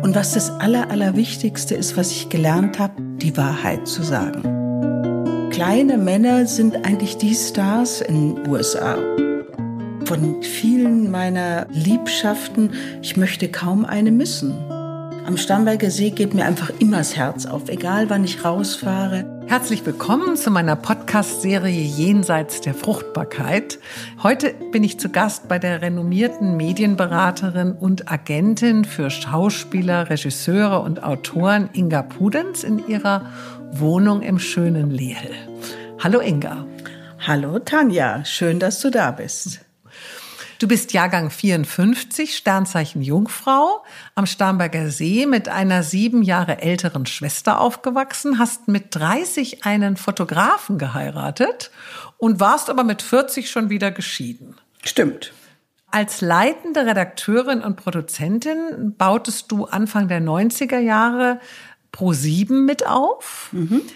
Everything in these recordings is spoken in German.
Und was das Allerwichtigste ist, was ich gelernt habe, die Wahrheit zu sagen. Kleine Männer sind eigentlich die Stars in den USA. Von vielen meiner Liebschaften, ich möchte kaum eine missen. Am Starnberger See geht mir einfach immer das Herz auf, egal wann ich rausfahre. Herzlich willkommen zu meiner Podcast-Serie Jenseits der Fruchtbarkeit. Heute bin ich zu Gast bei der renommierten Medienberaterin und Agentin für Schauspieler, Regisseure und Autoren Inga Pudenz in ihrer Wohnung im schönen Lehel. Hallo Inga. Hallo Tanja, schön, dass du da bist. Du bist Jahrgang 54, Sternzeichen Jungfrau, am Starnberger See mit einer 7 Jahre älteren Schwester aufgewachsen, hast mit 30 einen Fotografen geheiratet und warst aber mit 40 schon wieder geschieden. Stimmt. Als leitende Redakteurin und Produzentin bautest du Anfang der 90er Jahre Pro7 mit auf.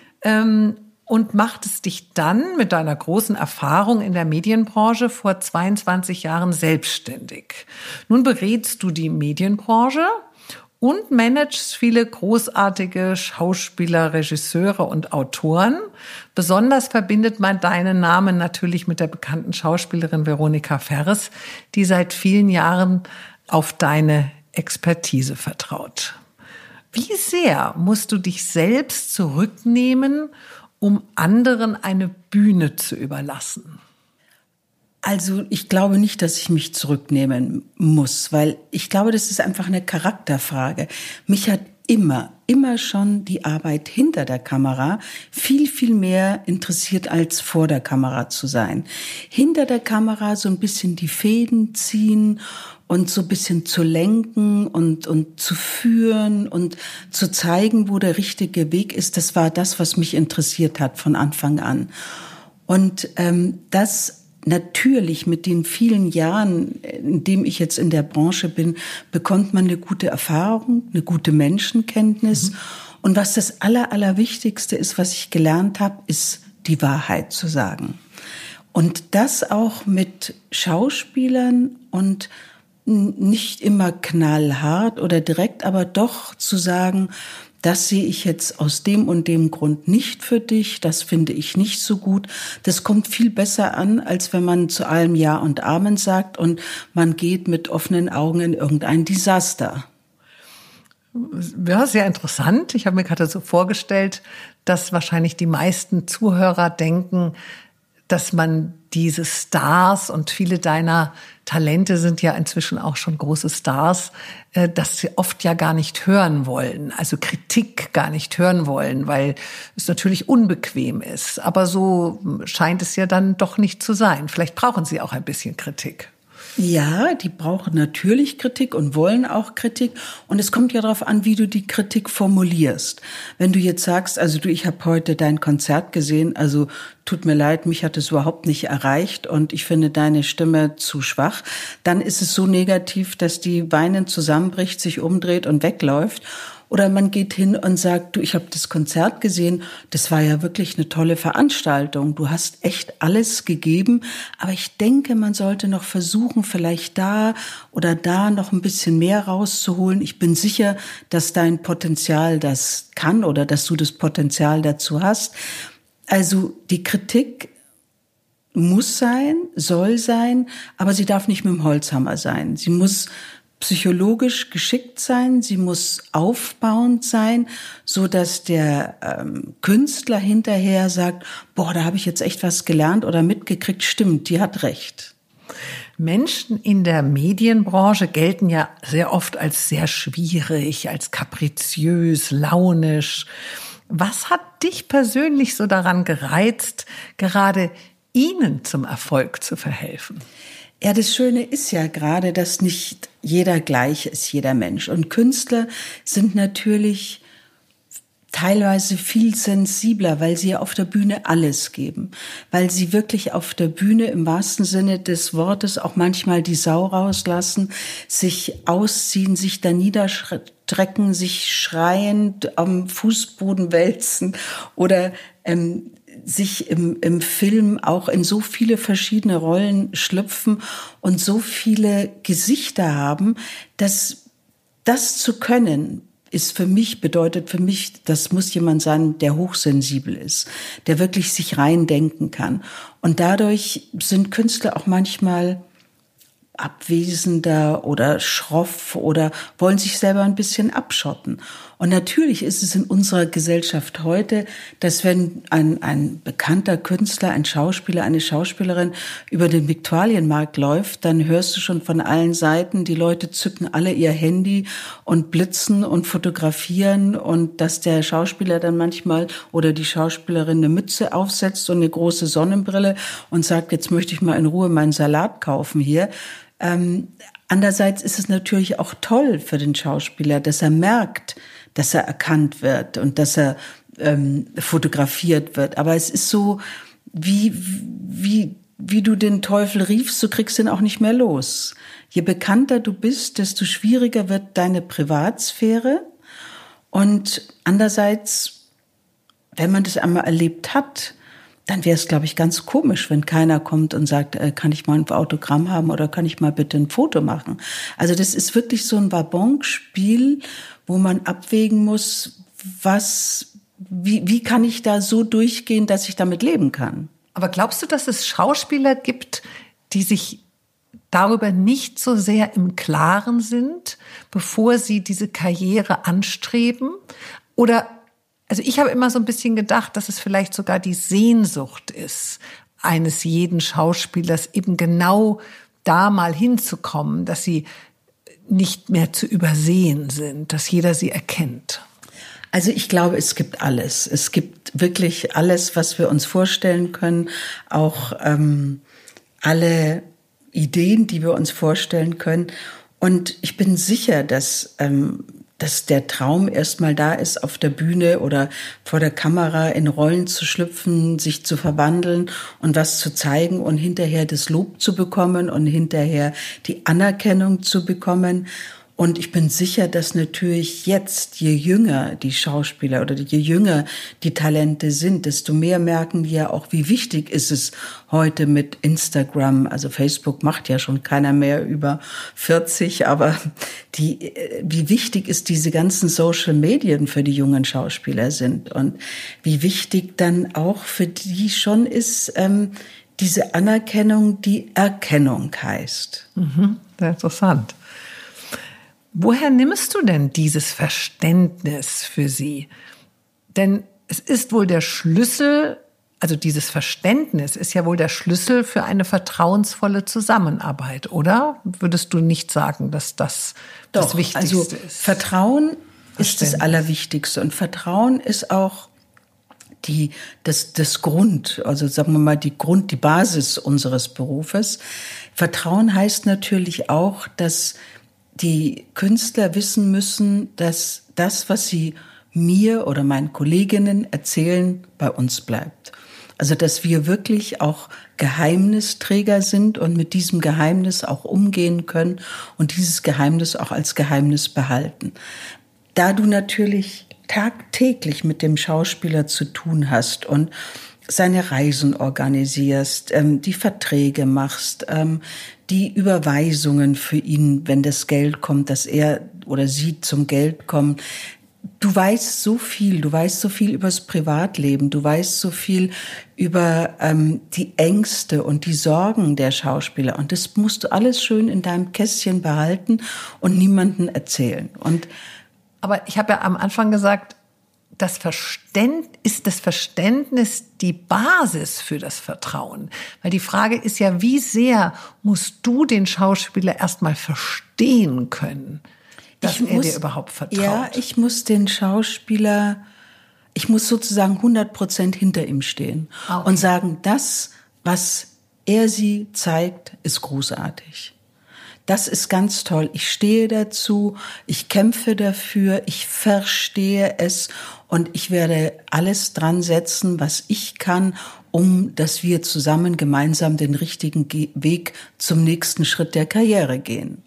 Und machtest dich dann mit deiner großen Erfahrung in der Medienbranche vor 22 Jahren selbstständig. Nun berätst du die Medienbranche und managst viele großartige Schauspieler, Regisseure und Autoren. Besonders verbindet man deinen Namen natürlich mit der bekannten Schauspielerin Veronika Ferres, die seit vielen Jahren auf deine Expertise vertraut. Wie sehr musst du dich selbst zurücknehmen, um anderen eine Bühne zu überlassen? Also ich glaube nicht, dass ich mich zurücknehmen muss, weil ich glaube, das ist einfach eine Charakterfrage. Mich hat immer schon die Arbeit hinter der Kamera viel mehr interessiert, als vor der Kamera zu sein. Hinter der Kamera so ein bisschen die Fäden ziehen und so ein bisschen zu lenken und zu führen und zu zeigen, wo der richtige Weg ist. Das war das, was mich interessiert hat von Anfang an. Und das natürlich mit den vielen Jahren, in dem ich jetzt in der Branche bin, bekommt man eine gute Erfahrung, eine gute Menschenkenntnis. Und was das Allerwichtigste ist, was ich gelernt habe, ist die Wahrheit zu sagen. Und das auch mit Schauspielern und nicht immer knallhart oder direkt, aber doch zu sagen, das sehe ich jetzt aus dem und dem Grund nicht für dich, das finde ich nicht so gut. Das kommt viel besser an, als wenn man zu allem Ja und Amen sagt und man geht mit offenen Augen in irgendein Desaster. Ja, sehr interessant. Ich habe mir gerade so vorgestellt, dass wahrscheinlich die meisten Zuhörer denken, dass man diese Stars und viele deiner Talente sind ja inzwischen auch schon große Stars, dass sie oft ja gar nicht hören wollen, also Kritik gar nicht hören wollen, weil es natürlich unbequem ist. Aber so scheint es ja dann doch nicht zu sein. Vielleicht brauchen sie auch ein bisschen Kritik. Ja, die brauchen natürlich Kritik und wollen auch Kritik. Und es kommt ja darauf an, wie du die Kritik formulierst. Wenn du jetzt sagst, also ich habe heute dein Konzert gesehen, also tut mir leid, mich hat es überhaupt nicht erreicht und ich finde deine Stimme zu schwach, dann ist es so negativ, dass die weinend zusammenbricht, sich umdreht und wegläuft. Oder man geht hin und sagt, ich habe das Konzert gesehen, das war ja wirklich eine tolle Veranstaltung. Du hast echt alles gegeben, aber ich denke, man sollte noch versuchen, vielleicht da oder da noch ein bisschen mehr rauszuholen. Ich bin sicher, dass dein Potenzial das kann oder dass du das Potenzial dazu hast. Also die Kritik muss sein, soll sein, aber sie darf nicht mit dem Holzhammer sein. Sie muss psychologisch geschickt sein, sie muss aufbauend sein, so dass der Künstler hinterher sagt, boah, da habe ich jetzt echt was gelernt oder mitgekriegt, stimmt, die hat recht. Menschen in der Medienbranche gelten ja sehr oft als sehr schwierig, als kapriziös, launisch. Was hat dich persönlich so daran gereizt, gerade ihnen zum Erfolg zu verhelfen? Ja, das Schöne ist ja gerade, dass nicht jeder gleich ist, jeder Mensch. Und Künstler sind natürlich teilweise viel sensibler, weil sie ja auf der Bühne alles geben. Weil sie wirklich auf der Bühne im wahrsten Sinne des Wortes auch manchmal die Sau rauslassen, sich ausziehen, sich da niederstrecken, sich schreiend am Fußboden wälzen oder sich im Film auch in so viele verschiedene Rollen schlüpfen und so viele Gesichter haben, dass das zu können, bedeutet für mich, das muss jemand sein, der hochsensibel ist, der wirklich sich reindenken kann. Und dadurch sind Künstler auch manchmal abwesender oder schroff oder wollen sich selber ein bisschen abschotten. Und natürlich ist es in unserer Gesellschaft heute, dass wenn ein bekannter Künstler, ein Schauspieler, eine Schauspielerin über den Viktualienmarkt läuft, dann hörst du schon von allen Seiten, die Leute zücken alle ihr Handy und blitzen und fotografieren und dass der Schauspieler dann manchmal oder die Schauspielerin eine Mütze aufsetzt und eine große Sonnenbrille und sagt, jetzt möchte ich mal in Ruhe meinen Salat kaufen hier. Andererseits ist es natürlich auch toll für den Schauspieler, dass er merkt, dass er erkannt wird und dass er fotografiert wird. Aber es ist so, wie du den Teufel riefst, so kriegst du ihn auch nicht mehr los. Je bekannter du bist, desto schwieriger wird deine Privatsphäre. Und andererseits, wenn man das einmal erlebt hat, dann wäre es, glaube ich, ganz komisch, wenn keiner kommt und sagt, kann ich mal ein Autogramm haben oder kann ich mal bitte ein Foto machen? Also das ist wirklich so ein Wabonspiel, wo man abwägen muss, wie kann ich da so durchgehen, dass ich damit leben kann? Aber glaubst du, dass es Schauspieler gibt, die sich darüber nicht so sehr im Klaren sind, bevor sie diese Karriere anstreben? Oder also ich habe immer so ein bisschen gedacht, dass es vielleicht sogar die Sehnsucht ist, eines jeden Schauspielers eben genau da mal hinzukommen, dass sie nicht mehr zu übersehen sind, dass jeder sie erkennt. Also ich glaube, es gibt alles. Es gibt wirklich alles, was wir uns vorstellen können, auch alle Ideen, die wir uns vorstellen können. Und ich bin sicher, dass der Traum erstmal da ist, auf der Bühne oder vor der Kamera in Rollen zu schlüpfen, sich zu verwandeln und was zu zeigen und hinterher das Lob zu bekommen und hinterher die Anerkennung zu bekommen. Und ich bin sicher, dass natürlich jetzt, je jünger die Schauspieler oder je jünger die Talente sind, desto mehr merken die ja auch, wie wichtig ist es heute mit Instagram. Also Facebook macht ja schon keiner mehr über 40, aber wie wichtig ist diese ganzen Social Medien für die jungen Schauspieler sind und wie wichtig dann auch für die schon ist, diese Anerkennung, die Erkennung heißt. Sehr interessant. Woher nimmst du denn dieses Verständnis für sie? Denn es ist wohl der Schlüssel, also dieses Verständnis ist ja wohl der Schlüssel für eine vertrauensvolle Zusammenarbeit, oder? Würdest du nicht sagen, dass das das Wichtigste also ist? Vertrauen ist das Allerwichtigste und Vertrauen ist auch das Grund, also sagen wir mal die Basis unseres Berufes. Vertrauen heißt natürlich auch, dass die Künstler wissen müssen, dass das, was sie mir oder meinen Kolleginnen erzählen, bei uns bleibt. Also, dass wir wirklich auch Geheimnisträger sind und mit diesem Geheimnis auch umgehen können und dieses Geheimnis auch als Geheimnis behalten. Da du natürlich tagtäglich mit dem Schauspieler zu tun hast und seine Reisen organisierst, die Verträge machst, die Überweisungen für ihn, wenn das Geld kommt, dass er oder sie zum Geld kommen. Du weißt so viel übers Privatleben, du weißt so viel über die Ängste und die Sorgen der Schauspieler und das musst du alles schön in deinem Kästchen behalten und niemandem erzählen. Aber ich habe ja am Anfang gesagt, das Verständnis die Basis für das Vertrauen? Weil die Frage ist ja, wie sehr musst du den Schauspieler erstmal verstehen können, dass er dir überhaupt vertraut? Ja, ich muss sozusagen 100% hinter ihm stehen und sagen, das, was er sie zeigt, ist großartig. Das ist ganz toll. Ich stehe dazu, ich kämpfe dafür, ich verstehe es und ich werde alles dran setzen, was ich kann, dass wir zusammen gemeinsam den richtigen Weg zum nächsten Schritt der Karriere gehen.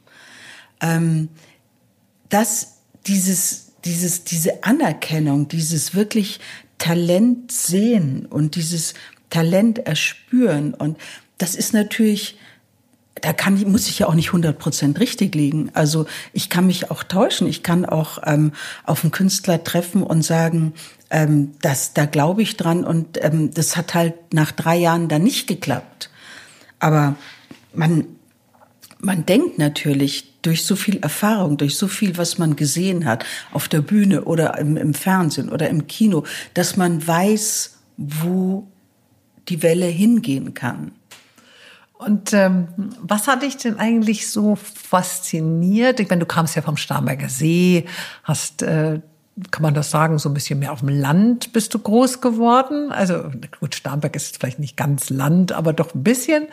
Diese Anerkennung, dieses wirklich Talent sehen und dieses Talent erspüren und das ist natürlich muss ich ja auch nicht 100% richtig liegen. Also ich kann mich auch täuschen. Ich kann auch auf einen Künstler treffen und sagen, da glaube ich dran und das hat halt nach 3 Jahren dann nicht geklappt. Aber man denkt natürlich durch so viel Erfahrung, durch so viel, was man gesehen hat, auf der Bühne oder im Fernsehen oder im Kino, dass man weiß, wo die Welle hingehen kann. Und was hat dich denn eigentlich so fasziniert? Ich meine, du kamst ja vom Starnberger See, hast, kann man das sagen, so ein bisschen mehr auf dem Land bist du groß geworden. Also gut, Starnberg ist vielleicht nicht ganz Land, aber doch ein bisschen.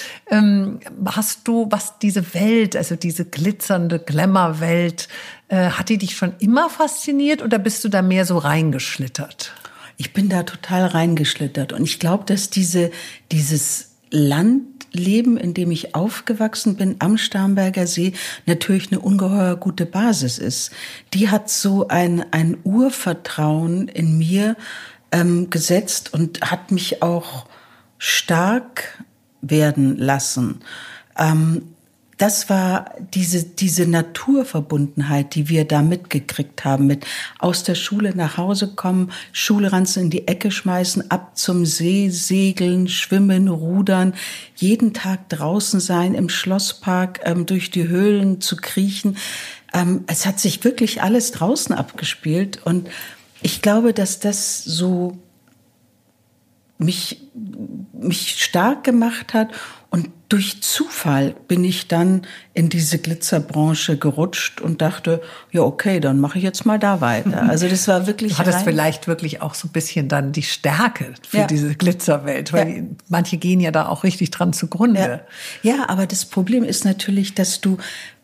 Hast du, was diese Welt, also diese glitzernde Glamour-Welt, hat die dich schon immer fasziniert oder bist du da mehr so reingeschlittert? Ich bin da total reingeschlittert und ich glaube, dass dieses Landleben, in dem ich aufgewachsen bin, am Starnberger See, natürlich eine ungeheuer gute Basis ist. Die hat so ein Urvertrauen in mir gesetzt und hat mich auch stark werden lassen. Das war diese Naturverbundenheit, die wir da mitgekriegt haben, mit aus der Schule nach Hause kommen, Schulranzen in die Ecke schmeißen, ab zum See, segeln, schwimmen, rudern, jeden Tag draußen sein, im Schlosspark durch die Höhlen zu kriechen. Es hat sich wirklich alles draußen abgespielt und ich glaube, dass das so mich stark gemacht hat und durch Zufall bin ich dann in diese Glitzerbranche gerutscht und dachte, ja okay, dann mache ich jetzt mal da weiter. Also das war wirklich du hattest vielleicht wirklich auch so ein bisschen dann die Stärke für diese Glitzerwelt, weil manche gehen ja da auch richtig dran zugrunde. Ja, aber das Problem ist natürlich, dass du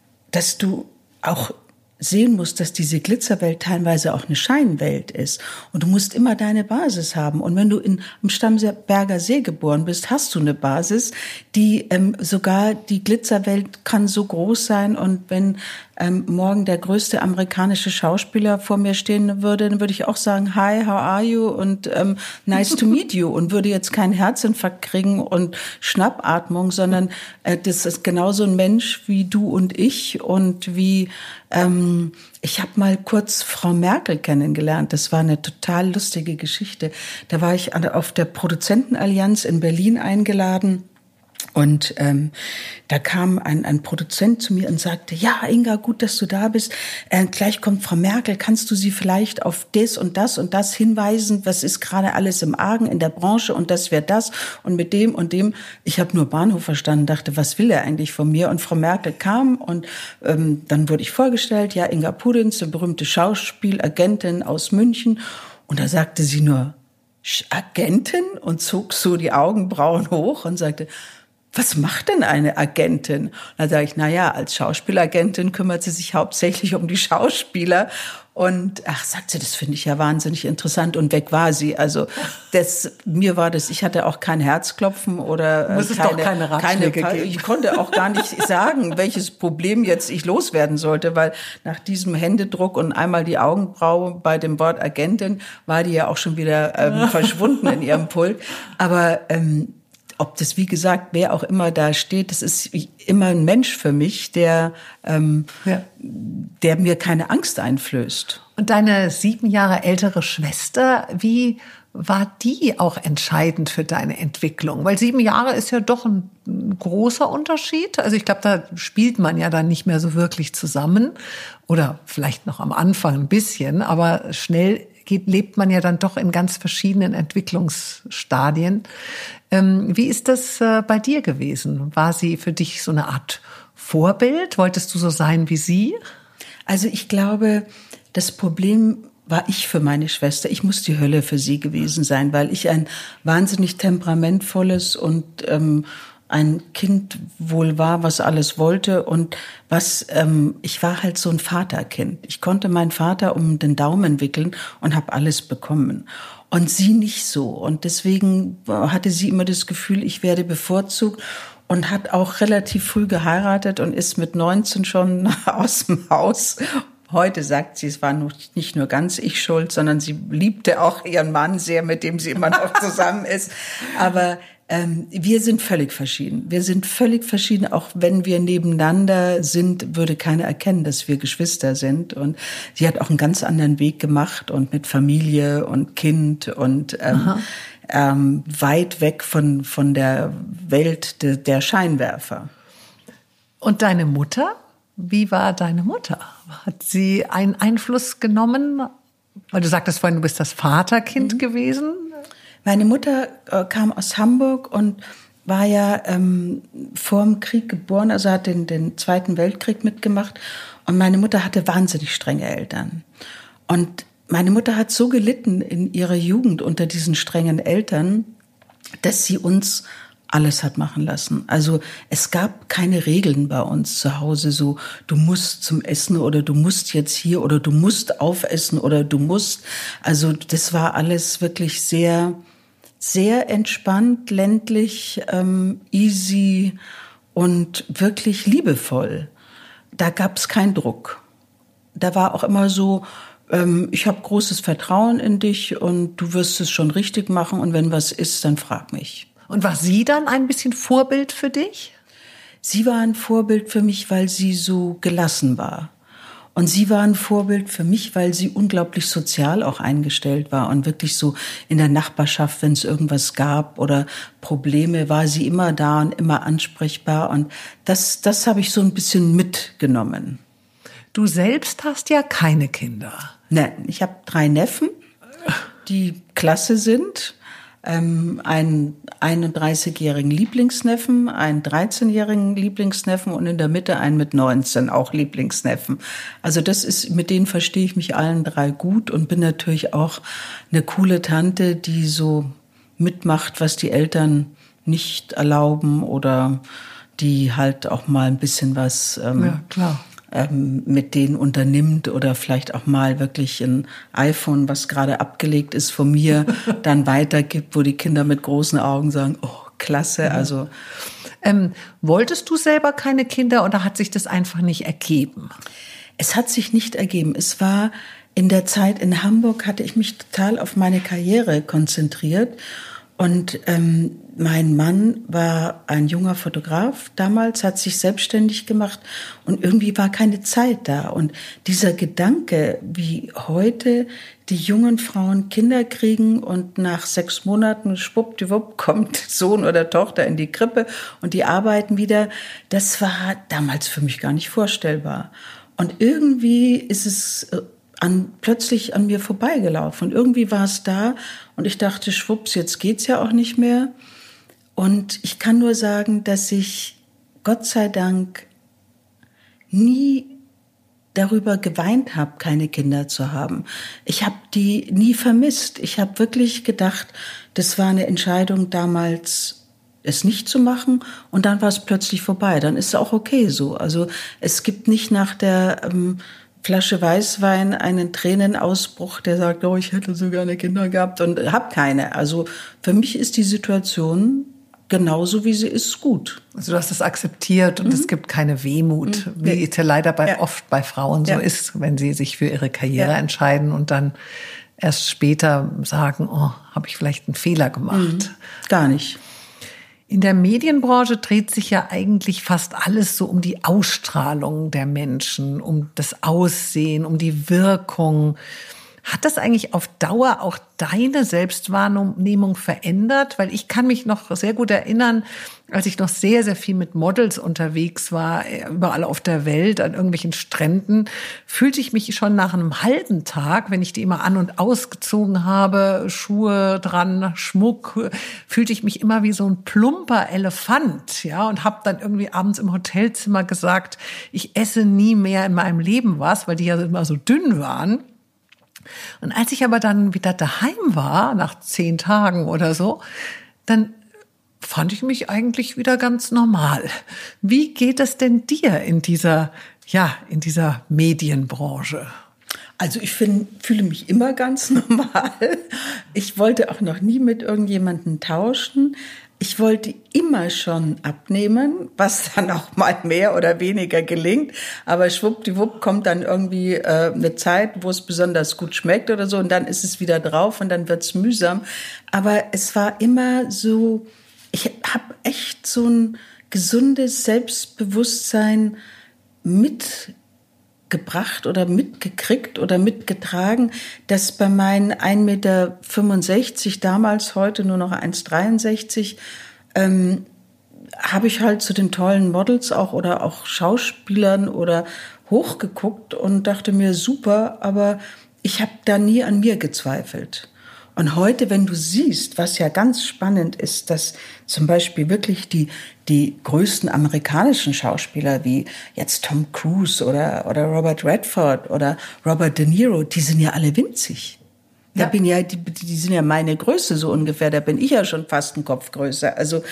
auch sehen musst, dass diese Glitzerwelt teilweise auch eine Scheinwelt ist. Und du musst immer deine Basis haben. Und wenn du am Starnberger See geboren bist, hast du eine Basis, die sogar die Glitzerwelt kann so groß sein. Und wenn morgen der größte amerikanische Schauspieler vor mir stehen würde, dann würde ich auch sagen, hi, how are you? Und nice to meet you. Und würde jetzt keinen Herzinfarkt kriegen und Schnappatmung, sondern das ist genauso ein Mensch wie du und ich und wie ich habe mal kurz Frau Merkel kennengelernt. Das war eine total lustige Geschichte. Da war ich auf der Produzentenallianz in Berlin eingeladen. Und da kam ein Produzent zu mir und sagte, ja, Inga, gut, dass du da bist. Gleich kommt Frau Merkel, kannst du sie vielleicht auf das und das hinweisen? Was ist gerade alles im Argen in der Branche und das wäre das und mit dem und dem. Ich habe nur Bahnhof verstanden, dachte, was will er eigentlich von mir? Und Frau Merkel kam und dann wurde ich vorgestellt, ja, Inga Pudenz, eine berühmte Schauspielagentin aus München. Und da sagte sie nur, Agentin? Und zog so die Augenbrauen hoch und sagte, was macht denn eine Agentin? Da sage ich, als Schauspielagentin kümmert sie sich hauptsächlich um die Schauspieler. Und sagt sie, das finde ich ja wahnsinnig interessant. Und weg war sie. Also mir war das, ich hatte auch kein Herzklopfen oder keine Ratschläge geben. Ich konnte auch gar nicht sagen, welches Problem jetzt ich loswerden sollte, weil nach diesem Händedruck und einmal die Augenbraue bei dem Wort Agentin war die ja auch schon wieder verschwunden in ihrem Pult. Aber ob das, wie gesagt, wer auch immer da steht, das ist immer ein Mensch für mich, der mir keine Angst einflößt. Und deine 7 Jahre ältere Schwester, wie war die auch entscheidend für deine Entwicklung? Weil 7 Jahre ist ja doch ein großer Unterschied. Also ich glaube, da spielt man ja dann nicht mehr so wirklich zusammen. Oder vielleicht noch am Anfang ein bisschen, aber schnell lebt man ja dann doch in ganz verschiedenen Entwicklungsstadien. Wie ist das bei dir gewesen? War sie für dich so eine Art Vorbild? Wolltest du so sein wie sie? Also ich glaube, das Problem war ich für meine Schwester. Ich muss die Hölle für sie gewesen sein, weil ich ein wahnsinnig temperamentvolles und ein Kind wohl war, was alles wollte und ich war halt so ein Vaterkind. Ich konnte meinen Vater um den Daumen wickeln und habe alles bekommen. Und sie nicht so. Und deswegen hatte sie immer das Gefühl, ich werde bevorzugt und hat auch relativ früh geheiratet und ist mit 19 schon aus dem Haus. Heute sagt sie, es war nicht nur ganz ich schuld, sondern sie liebte auch ihren Mann sehr, mit dem sie immer noch zusammen ist. Aber Wir sind völlig verschieden. Wir sind völlig verschieden. Auch wenn wir nebeneinander sind, würde keiner erkennen, dass wir Geschwister sind. Und sie hat auch einen ganz anderen Weg gemacht und mit Familie und Kind und weit weg von der Welt der Scheinwerfer. Und deine Mutter? Wie war deine Mutter? Hat sie einen Einfluss genommen? Weil du sagtest vorhin, du bist das Vaterkind gewesen. Meine Mutter kam aus Hamburg und war ja vor dem Krieg geboren, also hat den Zweiten Weltkrieg mitgemacht. Und meine Mutter hatte wahnsinnig strenge Eltern. Und meine Mutter hat so gelitten in ihrer Jugend unter diesen strengen Eltern, dass sie uns alles hat machen lassen. Also es gab keine Regeln bei uns zu Hause, so du musst zum Essen oder du musst jetzt hier oder du musst aufessen oder du musst. Also das war alles wirklich sehr, sehr entspannt, ländlich, easy und wirklich liebevoll. Da gab es keinen Druck. Da war auch immer so, ich habe großes Vertrauen in dich und du wirst es schon richtig machen und wenn was ist, dann frag mich. Und war sie dann ein bisschen Vorbild für dich? Sie war ein Vorbild für mich, weil sie so gelassen war. Und sie war ein Vorbild für mich, weil sie unglaublich sozial auch eingestellt war und wirklich so in der Nachbarschaft, wenn es irgendwas gab oder Probleme, war sie immer da und immer ansprechbar. Und das habe ich so ein bisschen mitgenommen. Du selbst hast ja keine Kinder. Nein, ich habe 3 Neffen, die klasse sind. Einen 31-jährigen Lieblingsneffen, einen 13-jährigen Lieblingsneffen und in der Mitte einen mit 19 auch Lieblingsneffen. Also mit denen verstehe ich mich allen 3 gut und bin natürlich auch eine coole Tante, die so mitmacht, was die Eltern nicht erlauben oder die halt auch mal ein bisschen was ja, klar. Mit denen unternimmt oder vielleicht auch mal wirklich ein iPhone, was gerade abgelegt ist, von mir dann weitergibt, wo die Kinder mit großen Augen sagen, oh, klasse, also. Wolltest du selber keine Kinder oder hat sich das einfach nicht ergeben? Es hat sich nicht ergeben. Es war in der Zeit in Hamburg, hatte ich mich total auf meine Karriere konzentriert. Und mein Mann war ein junger Fotograf damals, hat sich selbstständig gemacht und irgendwie war keine Zeit da. Und dieser Gedanke, wie heute die jungen Frauen Kinder kriegen und nach 6 Monaten schwuppdiwupp kommt Sohn oder Tochter in die Krippe und die arbeiten wieder, das war damals für mich gar nicht vorstellbar. Und irgendwie ist es plötzlich an mir vorbeigelaufen. Und irgendwie war es da und ich dachte, schwupps, jetzt geht's ja auch nicht mehr. Und ich kann nur sagen, dass ich Gott sei Dank nie darüber geweint habe, keine Kinder zu haben. Ich habe die nie vermisst. Ich habe wirklich gedacht, das war eine Entscheidung damals, es nicht zu machen und dann war es plötzlich vorbei. Dann ist es auch okay so. Also es gibt nicht nach der Flasche Weißwein einen Tränenausbruch, der sagt, oh, ich hätte so gerne Kinder gehabt und habe keine. Also für mich ist die Situation genauso, wie sie ist, gut. Also du hast es akzeptiert und es gibt keine Wehmut, wie es ja leider oft bei Frauen so ist, wenn sie sich für ihre Karriere entscheiden und dann erst später sagen, oh, habe ich vielleicht einen Fehler gemacht. Gar nicht. In der Medienbranche dreht sich ja eigentlich fast alles so um die Ausstrahlung der Menschen, um das Aussehen, um die Wirkung. Hat das eigentlich auf Dauer auch deine Selbstwahrnehmung verändert? Weil ich kann mich noch sehr gut erinnern, als ich noch sehr, sehr viel mit Models unterwegs war, überall auf der Welt, an irgendwelchen Stränden, fühlte ich mich schon nach einem halben Tag, wenn ich die immer an- und ausgezogen habe, Schuhe dran, Schmuck, fühlte ich mich immer wie so ein plumper Elefant, ja, und habe dann irgendwie abends im Hotelzimmer gesagt, ich esse nie mehr in meinem Leben was, weil die ja immer so dünn waren. Und als ich aber dann wieder daheim war, nach 10 Tagen oder so, dann fand ich mich eigentlich wieder ganz normal. Wie geht es denn dir in dieser Medienbranche? Also ich fühle mich immer ganz normal. Ich wollte auch noch nie mit irgendjemandem tauschen. Ich wollte immer schon abnehmen, was dann auch mal mehr oder weniger gelingt. Aber schwuppdiwupp kommt dann irgendwie eine Zeit, wo es besonders gut schmeckt oder so. Und dann ist es wieder drauf und dann wird's mühsam. Aber es war immer so ich habe echt so ein gesundes Selbstbewusstsein mitgebracht oder mitgekriegt oder mitgetragen, dass bei meinen 1,65 Meter damals, heute nur noch 1,63 habe ich halt zu den tollen Models oder auch Schauspielern oder hochgeguckt und dachte mir, super, aber ich habe da nie an mir gezweifelt. Und heute, wenn du siehst, was ja ganz spannend ist, dass zum Beispiel wirklich die größten amerikanischen Schauspieler wie jetzt Tom Cruise oder Robert Redford oder Robert De Niro, die sind ja alle winzig. Ja. Die sind ja meine Größe so ungefähr, da bin ich ja schon fast ein Kopf größer. Also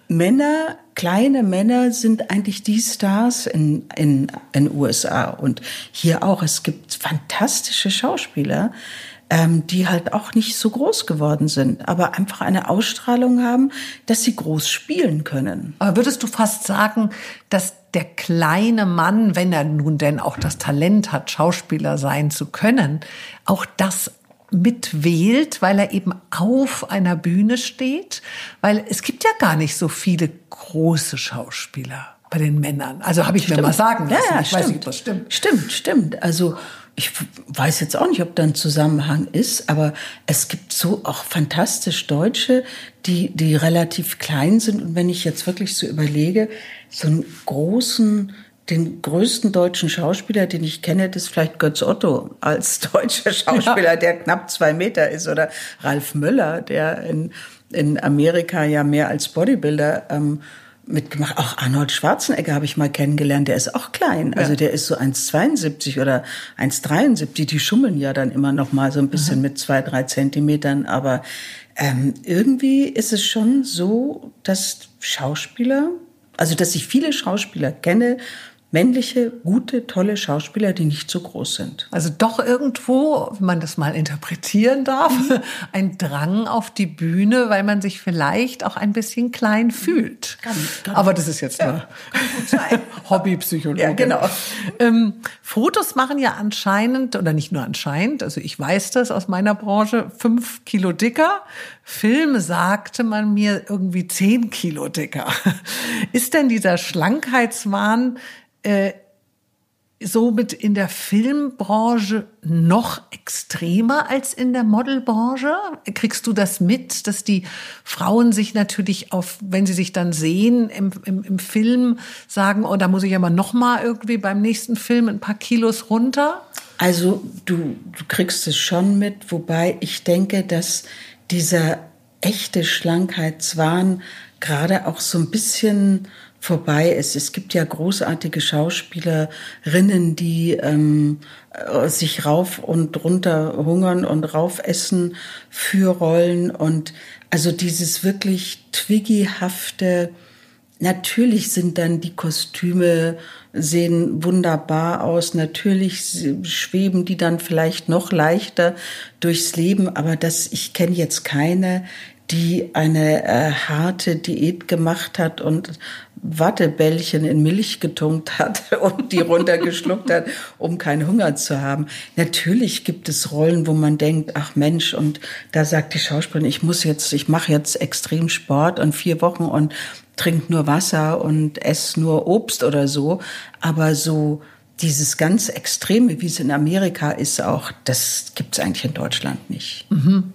kleine Männer sind eigentlich die Stars in USA und hier auch. Es gibt fantastische Schauspieler, die halt auch nicht so groß geworden sind, aber einfach eine Ausstrahlung haben, dass sie groß spielen können. Aber würdest du fast sagen, dass der kleine Mann, wenn er nun denn auch das Talent hat, Schauspieler sein zu können, auch das mitwählt, weil er eben auf einer Bühne steht? Weil es gibt ja gar nicht so viele große Schauspieler bei den Männern. Also habe ich mir mal sagen lassen. Ja, ich weiß nicht, was stimmt. Stimmt. Also ich weiß jetzt auch nicht, ob da ein Zusammenhang ist, aber es gibt so auch fantastisch Deutsche, die relativ klein sind. Und wenn ich jetzt wirklich so überlege, so den größten deutschen Schauspieler, den ich kenne, das ist vielleicht Götz Otto als deutscher Schauspieler, ja, der knapp 2 Meter ist, oder Ralf Möller, der in Amerika ja mehr als Bodybuilder mitgemacht. Auch Arnold Schwarzenegger habe ich mal kennengelernt, der ist auch klein. Also der ist so 1,72 oder 1,73. Die schummeln ja dann immer noch mal so ein bisschen mit 2-3 Zentimetern. Aber irgendwie ist es schon so, dass dass ich viele Schauspieler kenne, männliche, gute, tolle Schauspieler, die nicht so groß sind. Also doch irgendwo, wenn man das mal interpretieren darf, ein Drang auf die Bühne, weil man sich vielleicht auch ein bisschen klein fühlt. Kann. Aber das ist jetzt nur Hobbypsychologie. Ja, genau. Fotos machen ja anscheinend, oder nicht nur anscheinend, also ich weiß das aus meiner Branche, 5 Kilo dicker. Film sagte man mir irgendwie 10 Kilo dicker. Ist denn dieser Schlankheitswahn somit in der Filmbranche noch extremer als in der Modelbranche? Kriegst du das mit, dass die Frauen sich natürlich wenn sie sich dann sehen im Film, sagen, oh, da muss ich aber noch mal irgendwie beim nächsten Film ein paar Kilos runter? Also du kriegst es schon mit, wobei ich denke, dass dieser echte Schlankheitswahn gerade auch so ein bisschen vorbei ist. Es gibt ja großartige Schauspielerinnen, die sich rauf und runter hungern und raufessen für Rollen. Und also dieses wirklich Twiggy-hafte, natürlich sind dann die Kostüme, sehen wunderbar aus, natürlich schweben die dann vielleicht noch leichter durchs Leben, aber ich kenne jetzt keine, die eine harte Diät gemacht hat und Wattebällchen in Milch getunkt hat und die runtergeschluckt hat, um keinen Hunger zu haben. Natürlich gibt es Rollen, wo man denkt, ach Mensch, und da sagt die Schauspielerin, ich mache jetzt extrem Sport und 4 Wochen und trinke nur Wasser und esse nur Obst oder so. Aber so dieses ganz Extreme, wie es in Amerika ist, auch, das gibt es eigentlich in Deutschland nicht. Mhm.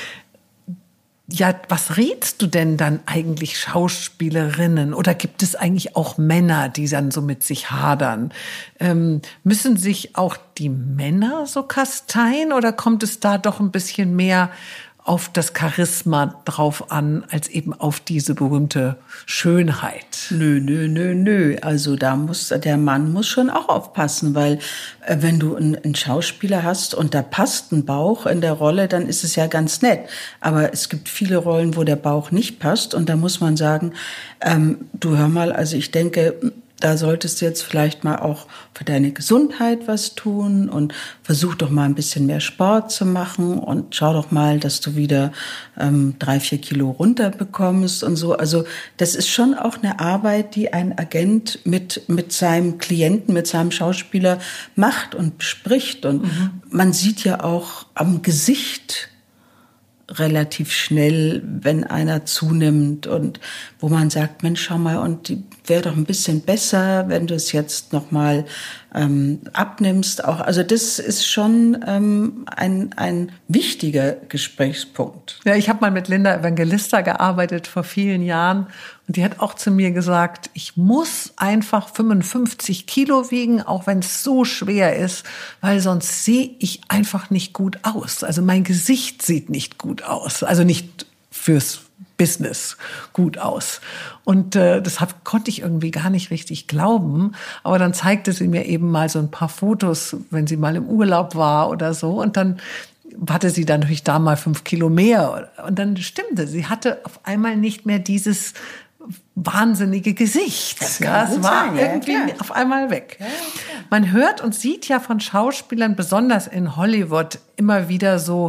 Ja, was rätst du denn dann eigentlich Schauspielerinnen? Oder gibt es eigentlich auch Männer, die dann so mit sich hadern? Müssen sich auch die Männer so kasteien oder kommt es da doch ein bisschen mehr auf das Charisma drauf an, als eben auf diese berühmte Schönheit? Nö. Also der Mann muss schon auch aufpassen, weil wenn du einen Schauspieler hast und da passt ein Bauch in der Rolle, dann ist es ja ganz nett. Aber es gibt viele Rollen, wo der Bauch nicht passt und da muss man sagen, du hör mal, also ich denke, da solltest du jetzt vielleicht mal auch für deine Gesundheit was tun und versuch doch mal ein bisschen mehr Sport zu machen und schau doch mal, dass du wieder 3-4 Kilo runterbekommst und so. Also das ist schon auch eine Arbeit, die ein Agent mit seinem Klienten, mit seinem Schauspieler macht und bespricht. Und man sieht ja auch am Gesicht, relativ schnell, wenn einer zunimmt und wo man sagt, Mensch, schau mal, und die wäre doch ein bisschen besser, wenn du es jetzt noch mal abnimmst. Auch, also das ist schon ein wichtiger Gesprächspunkt. Ja, ich habe mal mit Linda Evangelista gearbeitet vor vielen Jahren und die hat auch zu mir gesagt, ich muss einfach 55 Kilo wiegen, auch wenn es so schwer ist, weil sonst sehe ich einfach nicht gut aus. Also mein Gesicht sieht nicht gut aus, also nicht fürs Business gut aus. Und das konnte ich irgendwie gar nicht richtig glauben. Aber dann zeigte sie mir eben mal so ein paar Fotos, wenn sie mal im Urlaub war oder so. Und dann hatte sie dann natürlich da mal 5 Kilo mehr. Und dann stimmte, sie hatte auf einmal nicht mehr dieses wahnsinnige Gesicht. Das war sein, irgendwie auf einmal weg. Ja, man hört und sieht ja von Schauspielern, besonders in Hollywood, immer wieder so,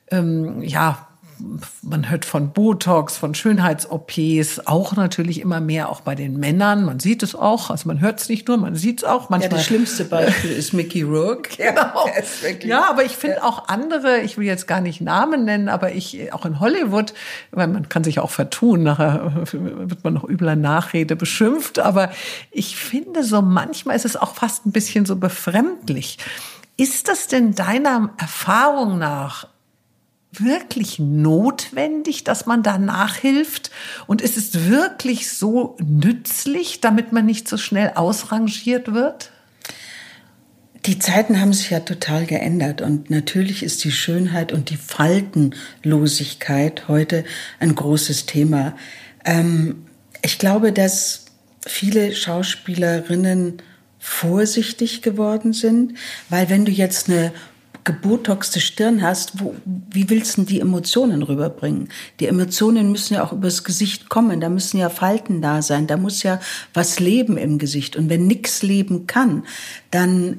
man hört von Botox, von Schönheits-OPs, auch natürlich immer mehr auch bei den Männern. Man sieht es auch, also man hört es nicht nur, man sieht es auch. Manchmal. Ja, das schlimmste Beispiel ist Mickey Rourke. Genau. Ja, aber ich finde auch andere, ich will jetzt gar nicht Namen nennen, aber auch in Hollywood, weil man kann sich auch vertun, nachher wird man noch übler Nachrede beschimpft, aber ich finde so manchmal ist es auch fast ein bisschen so befremdlich. Ist das denn deiner Erfahrung nach wirklich notwendig, dass man da nachhilft? Und ist es wirklich so nützlich, damit man nicht so schnell ausrangiert wird? Die Zeiten haben sich ja total geändert und natürlich ist die Schönheit und die Faltenlosigkeit heute ein großes Thema. Ich glaube, dass viele Schauspielerinnen vorsichtig geworden sind, weil wenn du jetzt eine gebotoxte Stirn hast, wie willst du die Emotionen rüberbringen? Die Emotionen müssen ja auch übers Gesicht kommen, da müssen ja Falten da sein, da muss ja was leben im Gesicht. Und wenn nichts leben kann, dann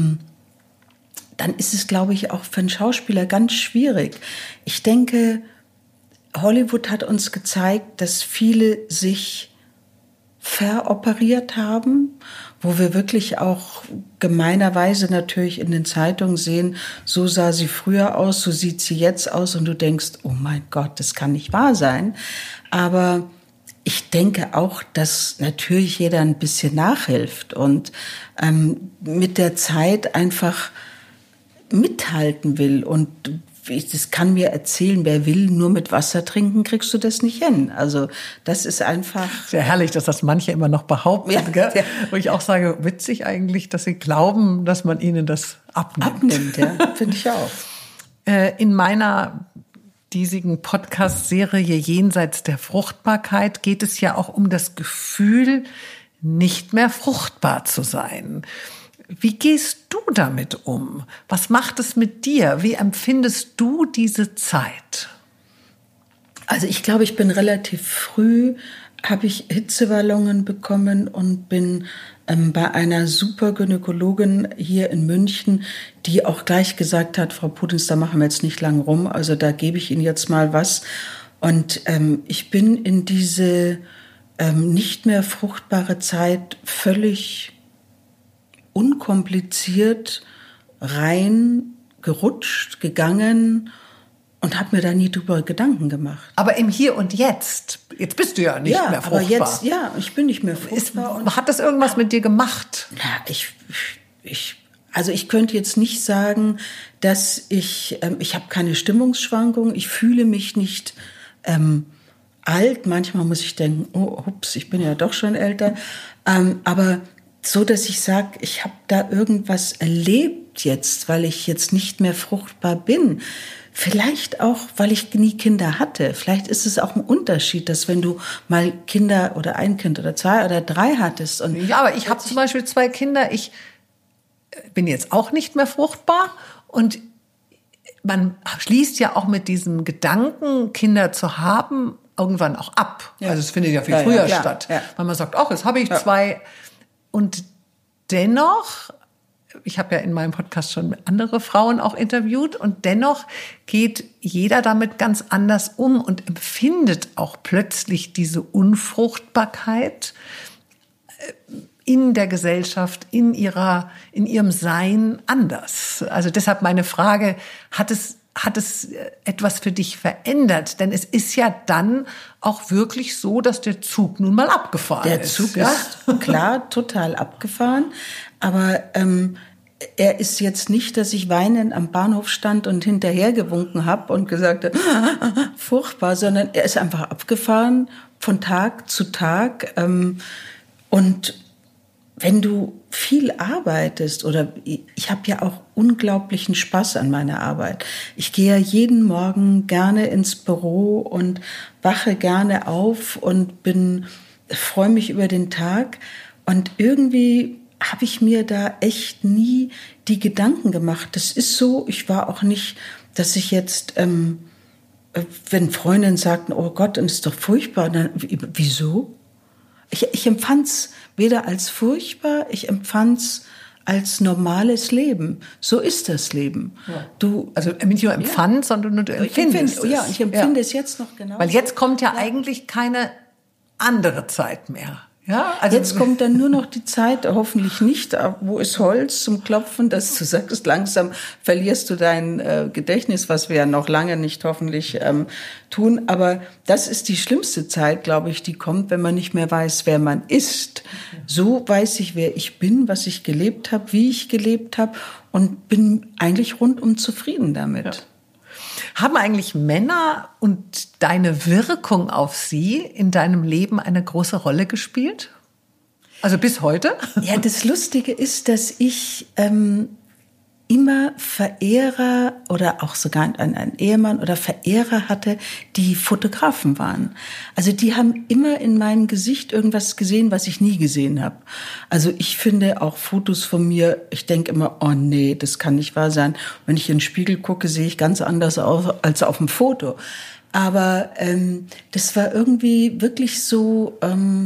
ist es, glaube ich, auch für einen Schauspieler ganz schwierig. Ich denke, Hollywood hat uns gezeigt, dass viele sich veroperiert haben, wo wir wirklich auch gemeinerweise natürlich in den Zeitungen sehen, so sah sie früher aus, so sieht sie jetzt aus und du denkst, oh mein Gott, das kann nicht wahr sein. Aber ich denke auch, dass natürlich jeder ein bisschen nachhilft und mit der Zeit einfach mithalten will und das kann mir erzählen, wer will, nur mit Wasser trinken, kriegst du das nicht hin. Also das ist einfach... Sehr herrlich, dass das manche immer noch behaupten. Ja, gell? Ja. Wo ich auch sage, witzig eigentlich, dass sie glauben, dass man ihnen das abnimmt. Ja, finde ich auch. In meiner diesigen Podcast-Serie Jenseits der Fruchtbarkeit geht es ja auch um das Gefühl, nicht mehr fruchtbar zu sein. Wie gehst du damit um? Was macht es mit dir? Wie empfindest du diese Zeit? Also ich glaube, ich bin relativ früh, habe ich Hitzewallungen bekommen und bin bei einer super Gynäkologin hier in München, die auch gleich gesagt hat, Frau Pudens, da machen wir jetzt nicht lang rum, also da gebe ich Ihnen jetzt mal was. Und ich bin in diese nicht mehr fruchtbare Zeit völlig unkompliziert reingerutscht, gegangen und habe mir da nie drüber Gedanken gemacht. Aber im Hier und Jetzt bist du ja nicht mehr fruchtbar. Aber jetzt, ich bin nicht mehr fruchtbar. Hat das irgendwas mit dir gemacht? Ja, also ich könnte jetzt nicht sagen, dass ich habe keine Stimmungsschwankungen, ich fühle mich nicht alt. Manchmal muss ich denken, oh, ups, ich bin ja doch schon älter. Aber so, dass ich sage, ich habe da irgendwas erlebt jetzt, weil ich jetzt nicht mehr fruchtbar bin. Vielleicht auch, weil ich nie Kinder hatte. Vielleicht ist es auch ein Unterschied, dass wenn du mal Kinder oder ein Kind oder 2 oder 3 hattest. Und ja, aber ich habe zum Beispiel 2 Kinder. Ich bin jetzt auch nicht mehr fruchtbar. Und man schließt ja auch mit diesem Gedanken, Kinder zu haben, irgendwann auch ab. Ja. Also es findet ja viel früher statt. Ja. Weil man sagt, ach, jetzt habe ich 2... Und dennoch, ich habe ja in meinem Podcast schon andere Frauen auch interviewt, und dennoch geht jeder damit ganz anders um und empfindet auch plötzlich diese Unfruchtbarkeit in der Gesellschaft, in ihrem Sein anders. Also deshalb meine Frage, hat es hat es etwas für dich verändert? Denn es ist ja dann auch wirklich so, dass der Zug nun mal abgefahren ist. Der Zug ist klar total abgefahren, aber er ist jetzt nicht, dass ich weinend am Bahnhof stand und hinterhergewunken habe und gesagt habe, furchtbar, sondern er ist einfach abgefahren von Tag zu Tag. Und wenn du viel arbeitest, oder ich habe ja auch unglaublichen Spaß an meiner Arbeit. Ich gehe ja jeden Morgen gerne ins Büro und wache gerne auf und freue mich über den Tag. Und irgendwie habe ich mir da echt nie die Gedanken gemacht. Das ist so, ich war auch nicht, dass ich jetzt, wenn Freundinnen sagten, oh Gott, das ist doch furchtbar, dann, wieso? Ich empfand's weder als furchtbar, ich empfand's als normales Leben. So ist das Leben. Ja. Also nicht nur empfand, sondern du empfindest es. Ja, ich empfinde es jetzt noch genau. Weil jetzt kommt ja eigentlich keine andere Zeit mehr. Ja, also jetzt kommt dann nur noch die Zeit, hoffentlich nicht, wo ist Holz zum Klopfen, dass du sagst, langsam verlierst du dein Gedächtnis, was wir ja noch lange nicht hoffentlich tun. Aber das ist die schlimmste Zeit, glaube ich, die kommt, wenn man nicht mehr weiß, wer man ist. So weiß ich, wer ich bin, was ich gelebt habe, wie ich gelebt habe und bin eigentlich rundum zufrieden damit. Ja. Haben eigentlich Männer und deine Wirkung auf sie in deinem Leben eine große Rolle gespielt? Also bis heute? Ja, das Lustige ist, dass ich immer Verehrer oder auch sogar einen Ehemann oder Verehrer hatte, die Fotografen waren. Also die haben immer in meinem Gesicht irgendwas gesehen, was ich nie gesehen habe. Also ich finde auch Fotos von mir, ich denke immer, oh nee, das kann nicht wahr sein. Wenn ich in den Spiegel gucke, sehe ich ganz anders aus als auf dem Foto. Aber das war irgendwie wirklich so,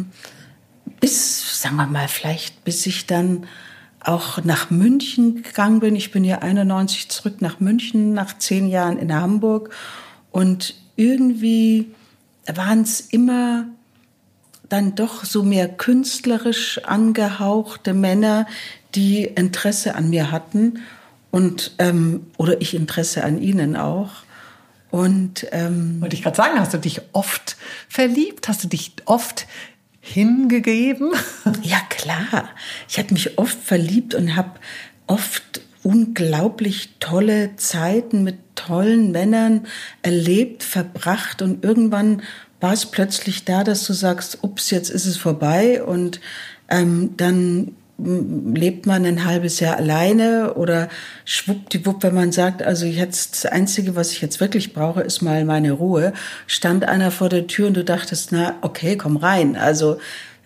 sagen wir mal, vielleicht bis ich dann auch nach München gegangen bin. Ich bin ja 91 zurück nach München, nach 10 Jahren in Hamburg. Und irgendwie waren es immer dann doch so mehr künstlerisch angehauchte Männer, die Interesse an mir hatten. Und, oder ich Interesse an ihnen auch. Und wollte ich gerade sagen, hast du dich oft verliebt? Hast du dich oft hingegeben? Ja, klar. Ich habe mich oft verliebt und habe oft unglaublich tolle Zeiten mit tollen Männern erlebt, verbracht. Und irgendwann war es plötzlich da, dass du sagst, ups, jetzt ist es vorbei. Und dann lebt man ein halbes Jahr alleine oder schwuppdiwupp, wenn man sagt, also jetzt das Einzige, was ich jetzt wirklich brauche, ist mal meine Ruhe, stand einer vor der Tür und du dachtest, na, okay, komm rein. Also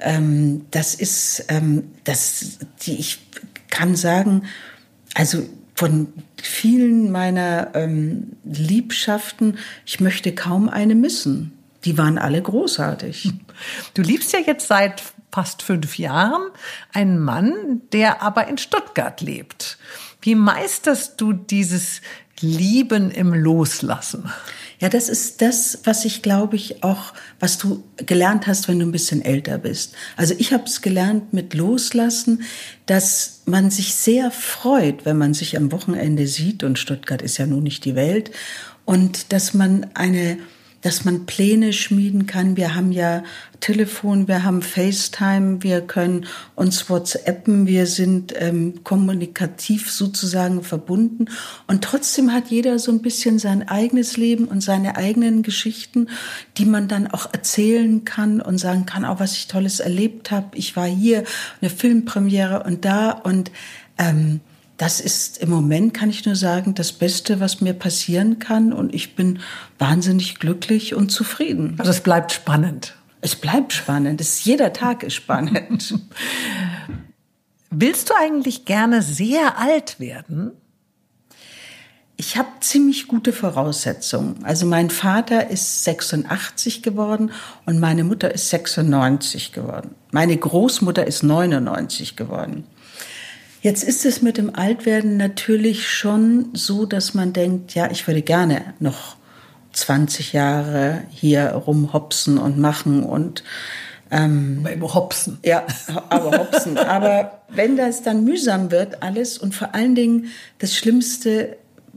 ich kann sagen, also von vielen meiner Liebschaften, ich möchte kaum eine missen. Die waren alle großartig. Du liebst ja jetzt seit fast 5 Jahren einen Mann, der aber in Stuttgart lebt. Wie meisterst du dieses Lieben im Loslassen? Ja, das ist das, was ich glaube ich auch, was du gelernt hast, wenn du ein bisschen älter bist. Also ich habe es gelernt mit Loslassen, dass man sich sehr freut, wenn man sich am Wochenende sieht, und Stuttgart ist ja nun nicht die Welt, und dass man Pläne schmieden kann. Wir haben ja Telefon, wir haben FaceTime, wir können uns WhatsAppen, wir sind kommunikativ sozusagen verbunden. Und trotzdem hat jeder so ein bisschen sein eigenes Leben und seine eigenen Geschichten, die man dann auch erzählen kann und sagen kann, auch was ich Tolles erlebt habe. Ich war hier, eine Filmpremiere und da, und das ist im Moment, kann ich nur sagen, das Beste, was mir passieren kann. Und ich bin wahnsinnig glücklich und zufrieden. Also es bleibt spannend. Es bleibt spannend. Jeder Tag ist spannend. Willst du eigentlich gerne sehr alt werden? Ich habe ziemlich gute Voraussetzungen. Also mein Vater ist 86 geworden und meine Mutter ist 96 geworden. Meine Großmutter ist 99 geworden. Jetzt ist es mit dem Altwerden natürlich schon so, dass man denkt, ja, ich würde gerne noch 20 Jahre hier rumhopsen und machen und Hopsen. Ja, aber hopsen. Aber wenn das dann mühsam wird alles, und vor allen Dingen das Schlimmste,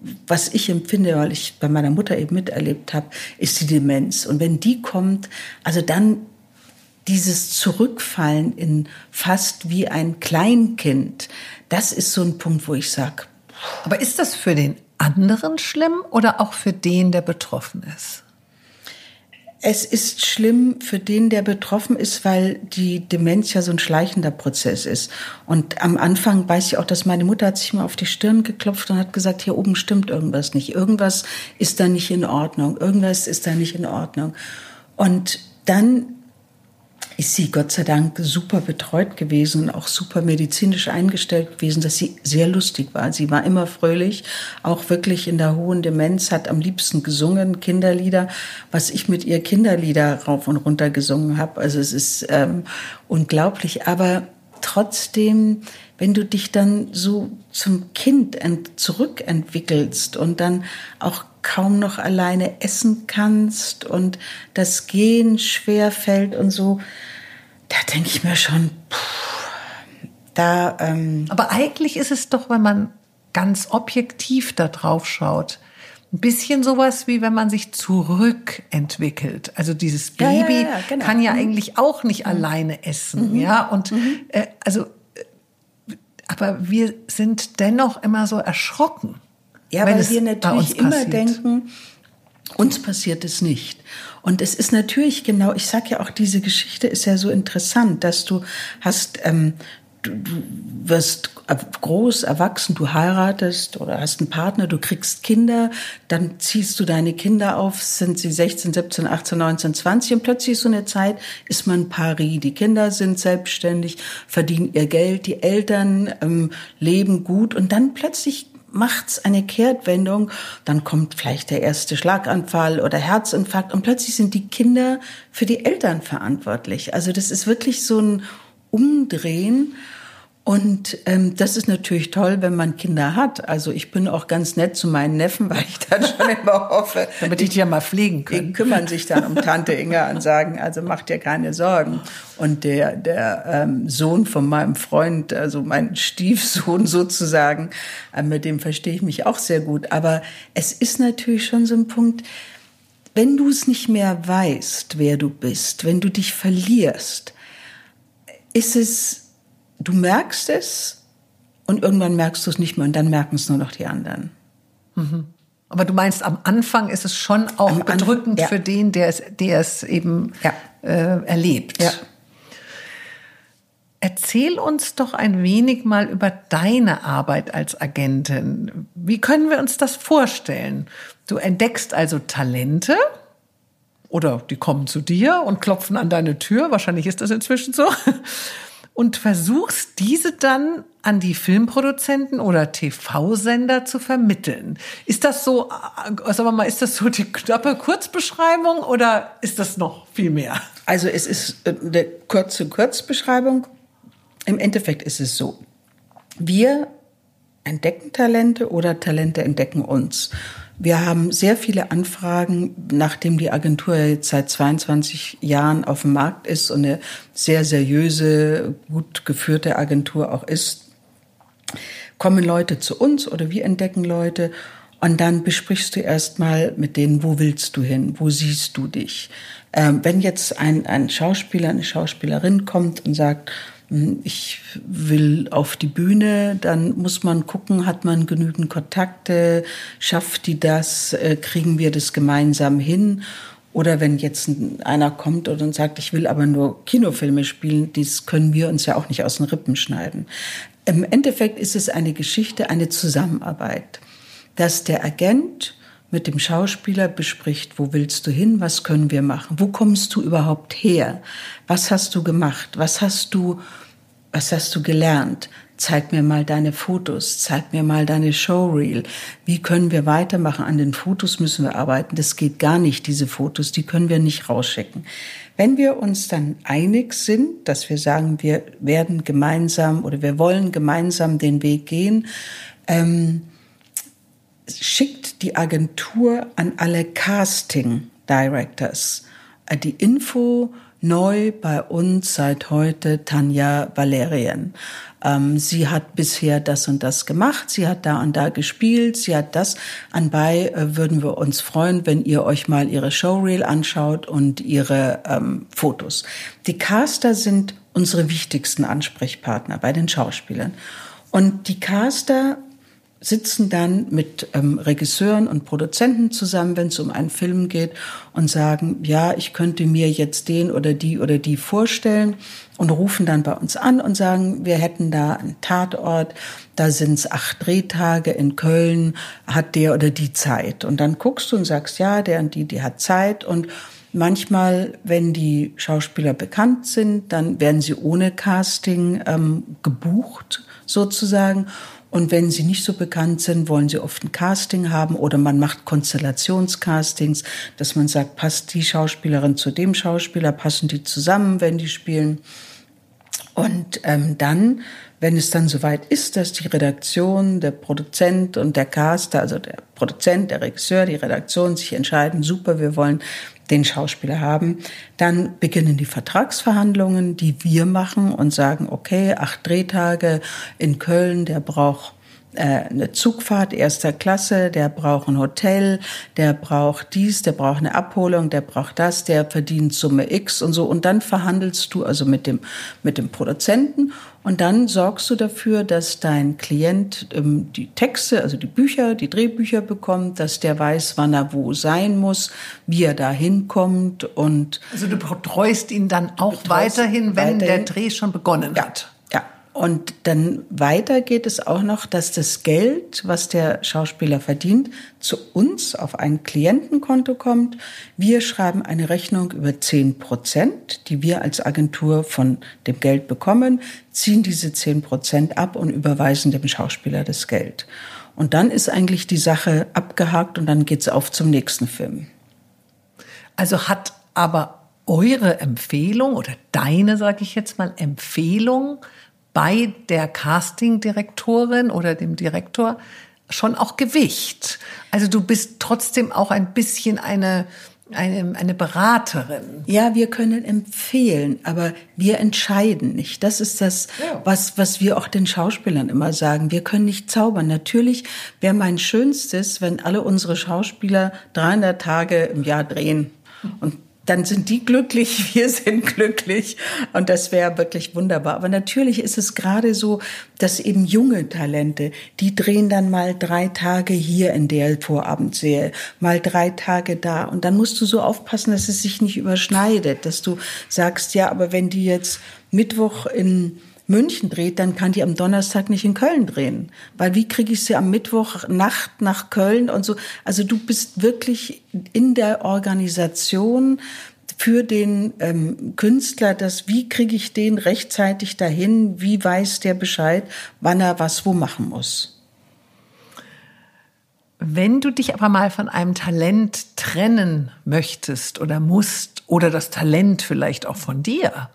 was ich empfinde, weil ich bei meiner Mutter eben miterlebt habe, ist die Demenz. Und wenn die kommt, also dann dieses Zurückfallen in fast wie ein Kleinkind, das ist so ein Punkt, wo ich sage. Aber ist das für den anderen schlimm oder auch für den, der betroffen ist? Es ist schlimm für den, der betroffen ist, weil die Demenz ja so ein schleichender Prozess ist. Und am Anfang weiß ich auch, dass meine Mutter hat sich mal auf die Stirn geklopft und hat gesagt, hier oben stimmt irgendwas nicht. Irgendwas ist da nicht in Ordnung. Irgendwas ist da nicht in Ordnung. Und dann ist sie Gott sei Dank super betreut gewesen und auch super medizinisch eingestellt gewesen, dass sie sehr lustig war. Sie war immer fröhlich, auch wirklich in der hohen Demenz, hat am liebsten gesungen, Kinderlieder, was ich mit ihr Kinderlieder rauf und runter gesungen habe. Also es ist unglaublich, aber trotzdem, wenn du dich dann so zum Kind zurückentwickelst und dann auch kaum noch alleine essen kannst und das Gehen schwer fällt und so, da denke ich mir schon, Aber eigentlich ist es doch, wenn man ganz objektiv da drauf schaut, ein bisschen sowas, wie wenn man sich zurückentwickelt. Also dieses Baby genau. kann ja eigentlich auch nicht alleine essen, ja. Und aber wir sind dennoch immer so erschrocken. Ja, weil wir natürlich immer denken, uns passiert es nicht. Und es ist natürlich genau, ich sage ja auch, diese Geschichte ist ja so interessant, dass du hast, du wirst groß, erwachsen, du heiratest oder hast einen Partner, du kriegst Kinder, dann ziehst du deine Kinder auf, sind sie 16, 17, 18, 19, 20 und plötzlich ist so eine Zeit, ist man pari. Die Kinder sind selbstständig, verdienen ihr Geld, die Eltern leben gut und dann plötzlich macht's eine Kehrtwendung, dann kommt vielleicht der erste Schlaganfall oder Herzinfarkt und plötzlich sind die Kinder für die Eltern verantwortlich. Also das ist wirklich so ein Umdrehen und das ist natürlich toll, wenn man Kinder hat. Also ich bin auch ganz nett zu meinen Neffen, weil ich dann schon immer hoffe, damit die ja mal pflegen können. Die kümmern sich dann um Tante Inga und sagen, also mach dir keine Sorgen. Und der Sohn von meinem Freund, also mein Stiefsohn sozusagen, mit dem verstehe ich mich auch sehr gut. Aber es ist natürlich schon so ein Punkt, wenn du es nicht mehr weißt, wer du bist, wenn du dich verlierst, ist es, du merkst es und irgendwann merkst du es nicht mehr und dann merken es nur noch die anderen. Mhm. Aber du meinst, am Anfang ist es schon auch bedrückend für den, der es eben erlebt. Ja. Erzähl uns doch ein wenig mal über deine Arbeit als Agentin. Wie können wir uns das vorstellen? Du entdeckst also Talente oder die kommen zu dir und klopfen an deine Tür. Wahrscheinlich ist das inzwischen so. Und versuchst, diese dann an die Filmproduzenten oder TV-Sender zu vermitteln. Ist das so, sagen wir mal, ist das so die knappe Kurzbeschreibung oder ist das noch viel mehr? Also es ist eine kurze Kurzbeschreibung. Im Endeffekt ist es so, wir entdecken Talente oder Talente entdecken uns. Wir haben sehr viele Anfragen, nachdem die Agentur jetzt seit 22 Jahren auf dem Markt ist und eine sehr seriöse, gut geführte Agentur auch ist, kommen Leute zu uns oder wir entdecken Leute und dann besprichst du erstmal mit denen, wo willst du hin, wo siehst du dich. Wenn jetzt ein Schauspieler, eine Schauspielerin kommt und sagt, ich will auf die Bühne, dann muss man gucken, hat man genügend Kontakte, schafft die das, kriegen wir das gemeinsam hin? Oder wenn jetzt einer kommt und sagt, ich will aber nur Kinofilme spielen, das können wir uns ja auch nicht aus den Rippen schneiden. Im Endeffekt ist es eine Geschichte, eine Zusammenarbeit, dass der Agent mit dem Schauspieler bespricht, wo willst du hin, was können wir machen, wo kommst du überhaupt her, was hast du gemacht, was hast du gelernt, zeig mir mal deine Fotos, zeig mir mal deine Showreel, wie können wir weitermachen, an den Fotos müssen wir arbeiten, das geht gar nicht, diese Fotos, die können wir nicht rausschicken. Wenn wir uns dann einig sind, dass wir sagen, wir werden gemeinsam oder wir wollen gemeinsam den Weg gehen, schickt die Agentur an alle Casting Directors die Info, neu bei uns seit heute Tanja Valerian. Sie hat bisher das und das gemacht, sie hat da und da gespielt, sie hat das. Anbei würden wir uns freuen, wenn ihr euch mal ihre Showreel anschaut und ihre Fotos. Die Caster sind unsere wichtigsten Ansprechpartner bei den Schauspielern. Und die Caster sitzen dann mit Regisseuren und Produzenten zusammen, wenn es um einen Film geht, und sagen, ja, ich könnte mir jetzt den oder die vorstellen, und rufen dann bei uns an und sagen, wir hätten da einen Tatort, da sind es 8 Drehtage in Köln, hat der oder die Zeit. Und dann guckst du und sagst, ja, der und die hat Zeit. Und manchmal, wenn die Schauspieler bekannt sind, dann werden sie ohne Casting gebucht, sozusagen. Und wenn sie nicht so bekannt sind, wollen sie oft ein Casting haben, oder man macht Konstellationscastings, dass man sagt, passt die Schauspielerin zu dem Schauspieler, passen die zusammen, wenn die spielen. Und dann, wenn es dann soweit ist, dass die Redaktion, der Produzent und der Caster, also der Produzent, der Regisseur, die Redaktion sich entscheiden, super, wir wollen den Schauspieler haben, dann beginnen die Vertragsverhandlungen, die wir machen und sagen, okay, 8 Drehtage in Köln, der braucht eine Zugfahrt 1. Klasse, der braucht ein Hotel, der braucht dies, der braucht eine Abholung, der braucht das, der verdient Summe X und so. Und dann verhandelst du also mit dem Produzenten, und dann sorgst du dafür, dass dein Klient die Texte, also die Bücher, die Drehbücher bekommt, dass der weiß, wann er wo sein muss, wie er da hinkommt. Und also du betreust ihn dann auch weiterhin, wenn der Dreh schon begonnen hat. Und dann weiter geht es auch noch, dass das Geld, was der Schauspieler verdient, zu uns auf ein Klientenkonto kommt. Wir schreiben eine Rechnung über 10%, die wir als Agentur von dem Geld bekommen, ziehen diese 10% ab und überweisen dem Schauspieler das Geld. Und dann ist eigentlich die Sache abgehakt, und dann geht's auf zum nächsten Film. Also hat aber eure Empfehlung oder deine, sage ich jetzt mal, Empfehlung bei der Castingdirektorin oder dem Direktor schon auch Gewicht. Also du bist trotzdem auch ein bisschen eine Beraterin. Ja, wir können empfehlen, aber wir entscheiden nicht. Das ist das, was wir auch den Schauspielern immer sagen. Wir können nicht zaubern. Natürlich wäre mein Schönstes, wenn alle unsere Schauspieler 300 Tage im Jahr drehen. Und dann sind die glücklich, wir sind glücklich, und das wäre wirklich wunderbar. Aber natürlich ist es gerade so, dass eben junge Talente, die drehen dann mal 3 Tage hier in der Vorabendserie, mal 3 Tage da, und dann musst du so aufpassen, dass es sich nicht überschneidet, dass du sagst, ja, aber wenn die jetzt Mittwoch in München dreht, dann kann die am Donnerstag nicht in Köln drehen. Weil wie kriege ich sie am Mittwoch Nacht nach Köln und so? Also du bist wirklich in der Organisation für den Künstler, wie kriege ich den rechtzeitig dahin? Wie weiß der Bescheid, wann er was wo machen muss? Wenn du dich aber mal von einem Talent trennen möchtest oder musst, oder das Talent vielleicht auch von dir,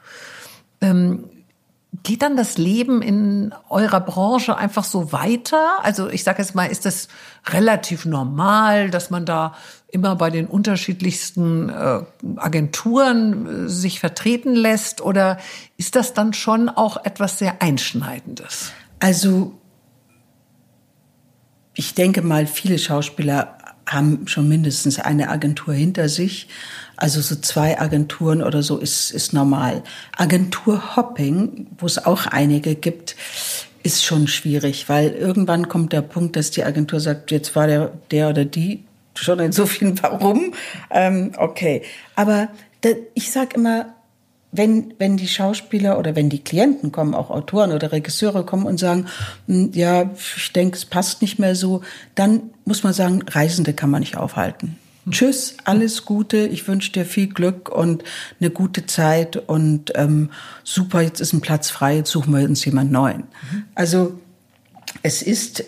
geht dann das Leben in eurer Branche einfach so weiter? Also ich sage jetzt mal, ist das relativ normal, dass man da immer bei den unterschiedlichsten Agenturen sich vertreten lässt? Oder ist das dann schon auch etwas sehr Einschneidendes? Also ich denke mal, viele Schauspieler haben schon mindestens eine Agentur hinter sich. Also so 2 Agenturen oder so ist normal. Agenturhopping, wo es auch einige gibt, ist schon schwierig, weil irgendwann kommt der Punkt, dass die Agentur sagt, jetzt war der oder die schon in so vielen Warum. Okay, aber ich sag immer, wenn die Schauspieler oder wenn die Klienten kommen, auch Autoren oder Regisseure kommen und sagen, ja, ich denke, es passt nicht mehr so, dann muss man sagen, Reisende kann man nicht aufhalten. Tschüss, alles Gute, ich wünsche dir viel Glück und eine gute Zeit und super, jetzt ist ein Platz frei, jetzt suchen wir uns jemand Neuen. Also es ist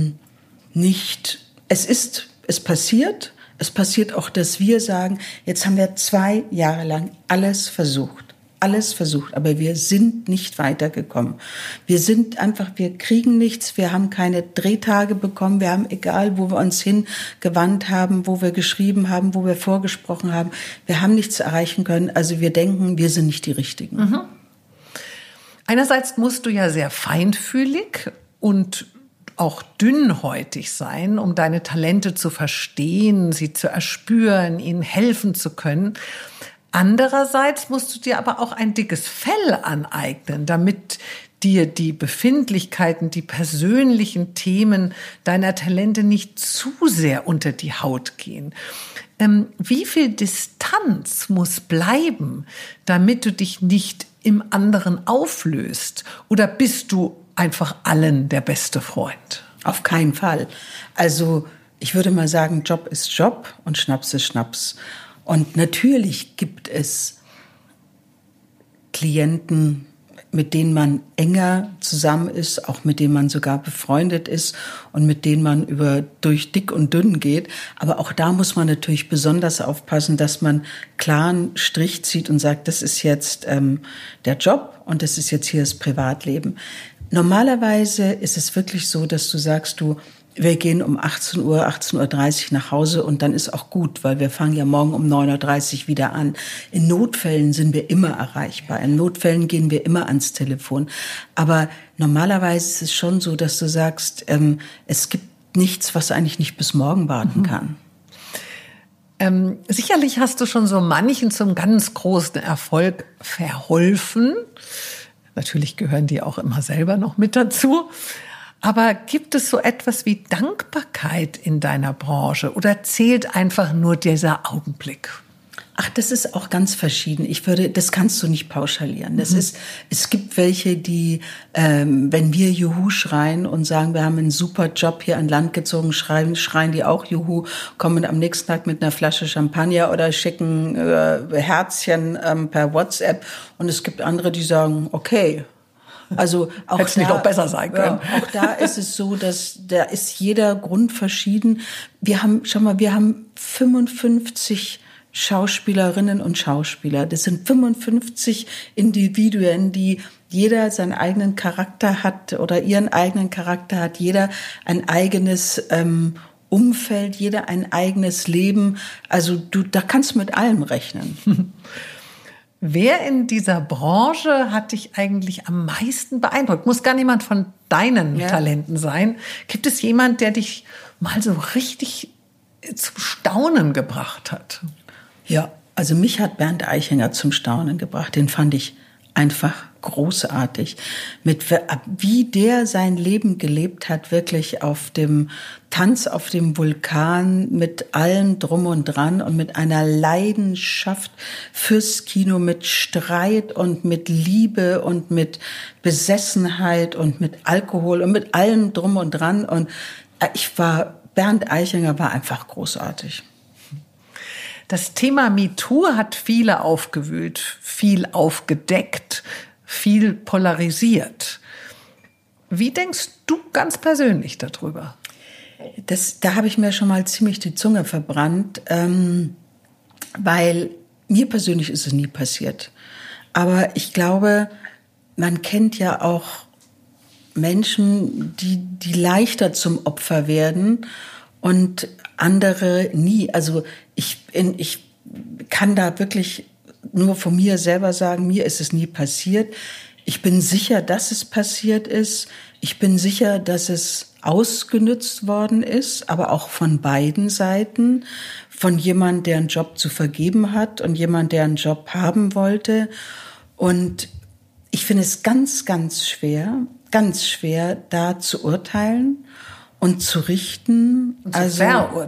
es passiert auch, dass wir sagen, jetzt haben wir 2 Jahre lang alles versucht. alles versucht, aber wir sind nicht weitergekommen. Wir kriegen nichts, wir haben keine Drehtage bekommen, wir haben, egal wo wir uns hingewandt haben, wo wir geschrieben haben, wo wir vorgesprochen haben, wir haben nichts erreichen können. Also wir denken, wir sind nicht die Richtigen. Mhm. Einerseits musst du ja sehr feinfühlig und auch dünnhäutig sein, um deine Talente zu verstehen, sie zu erspüren, ihnen helfen zu können. Andererseits musst du dir aber auch ein dickes Fell aneignen, damit dir die Befindlichkeiten, die persönlichen Themen deiner Talente nicht zu sehr unter die Haut gehen. Wie viel Distanz muss bleiben, damit du dich nicht im anderen auflöst? Oder bist du einfach allen der beste Freund? Auf keinen Fall. Also ich würde mal sagen, Job ist Job und Schnaps ist Schnaps. Und natürlich gibt es Klienten, mit denen man enger zusammen ist, auch mit denen man sogar befreundet ist und mit denen man durch dick und dünn geht. Aber auch da muss man natürlich besonders aufpassen, dass man klaren Strich zieht und sagt, das ist jetzt der Job und das ist jetzt hier das Privatleben. Normalerweise ist es wirklich so, dass du sagst, wir gehen um 18 Uhr, 18.30 Uhr nach Hause und dann ist auch gut, weil wir fangen ja morgen um 9.30 Uhr wieder an. In Notfällen sind wir immer erreichbar. In Notfällen gehen wir immer ans Telefon. Aber normalerweise ist es schon so, dass du sagst, es gibt nichts, was eigentlich nicht bis morgen warten kann. Sicherlich hast du schon so manchen zum ganz großen Erfolg verholfen. Natürlich gehören die auch immer selber noch mit dazu. Aber gibt es so etwas wie Dankbarkeit in deiner Branche oder zählt einfach nur dieser Augenblick? Ach, das ist auch ganz verschieden. Das kannst du nicht pauschalieren. Es gibt welche, die, wenn wir Juhu schreien und sagen, wir haben einen super Job hier an Land gezogen, schreien die auch Juhu, kommen am nächsten Tag mit einer Flasche Champagner oder schicken Herzchen per WhatsApp. Und es gibt andere, die sagen, okay. Also auch hätte es nicht noch besser sein können. Ja, auch da ist es so, dass da ist jeder Grund verschieden. Wir haben 55 Schauspielerinnen und Schauspieler. Das sind 55 Individuen, die jeder seinen eigenen Charakter hat oder ihren eigenen Charakter hat. Jeder ein eigenes Umfeld, jeder ein eigenes Leben. Also da kannst du mit allem rechnen. Wer in dieser Branche hat dich eigentlich am meisten beeindruckt? Muss gar niemand von deinen Talenten sein. Gibt es jemand, der dich mal so richtig zum Staunen gebracht hat? Ja, also mich hat Bernd Eichinger zum Staunen gebracht. Den fand ich einfach großartig. Wie der sein Leben gelebt hat, wirklich auf dem Tanz auf dem Vulkan mit allem drum und dran und mit einer Leidenschaft fürs Kino, mit Streit und mit Liebe und mit Besessenheit und mit Alkohol und mit allem drum und dran. Und Bernd Eichinger war einfach großartig. Das Thema MeToo hat viele aufgewühlt, viel aufgedeckt, viel polarisiert. Wie denkst du ganz persönlich darüber? Da habe ich mir schon mal ziemlich die Zunge verbrannt, weil mir persönlich ist es nie passiert. Aber ich glaube, man kennt ja auch Menschen, die leichter zum Opfer werden und andere nie. Also ich kann da wirklich nur von mir selber sagen, mir ist es nie passiert. Ich bin sicher, dass es passiert ist. Ich bin sicher, dass es ausgenutzt worden ist, aber auch von beiden Seiten. Von jemand, der einen Job zu vergeben hat und jemand, der einen Job haben wollte. Und ich finde es ganz, ganz schwer, da zu urteilen und zu richten. Und zu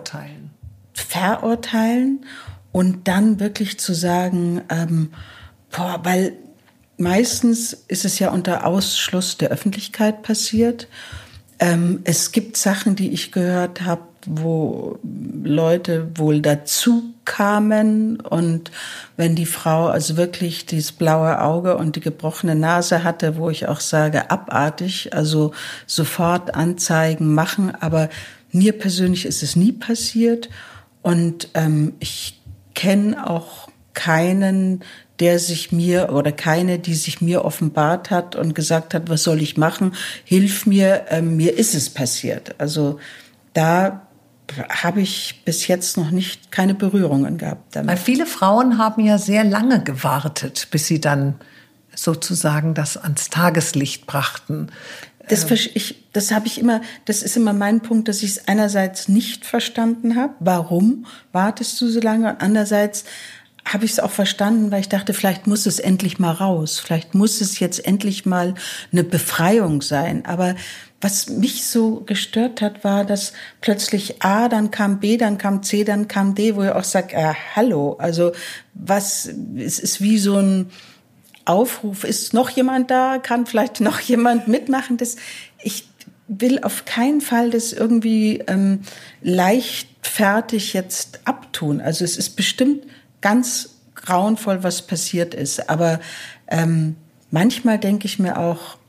verurteilen und dann wirklich zu sagen, weil meistens ist es ja unter Ausschluss der Öffentlichkeit passiert. Es gibt Sachen, die ich gehört habe, wo Leute wohl dazu kamen und wenn die Frau also wirklich dieses blaue Auge und die gebrochene Nase hatte, wo ich auch sage, abartig, also sofort Anzeigen machen, aber mir persönlich ist es nie passiert und ich kenne auch keinen, der sich mir oder keine, die sich mir offenbart hat und gesagt hat, was soll ich machen? Hilf mir, mir ist es passiert. Also da habe ich bis jetzt noch nicht keine Berührungen gehabt damit. Weil viele Frauen haben ja sehr lange gewartet, bis sie dann sozusagen das ans Tageslicht brachten. Das ist immer mein Punkt, dass ich es einerseits nicht verstanden habe. Warum wartest du so lange? Und andererseits habe ich es auch verstanden, weil ich dachte, vielleicht muss es endlich mal raus. Vielleicht muss es jetzt endlich mal eine Befreiung sein. Aber was mich so gestört hat, war, dass plötzlich A, dann kam B, dann kam C, dann kam D, wo ich auch sage, hallo, also es ist wie so ein Aufruf, ist noch jemand da, kann vielleicht noch jemand mitmachen? Ich will auf keinen Fall das irgendwie leichtfertig jetzt abtun. Also es ist bestimmt ganz grauenvoll, was passiert ist. Aber manchmal denke ich mir auch,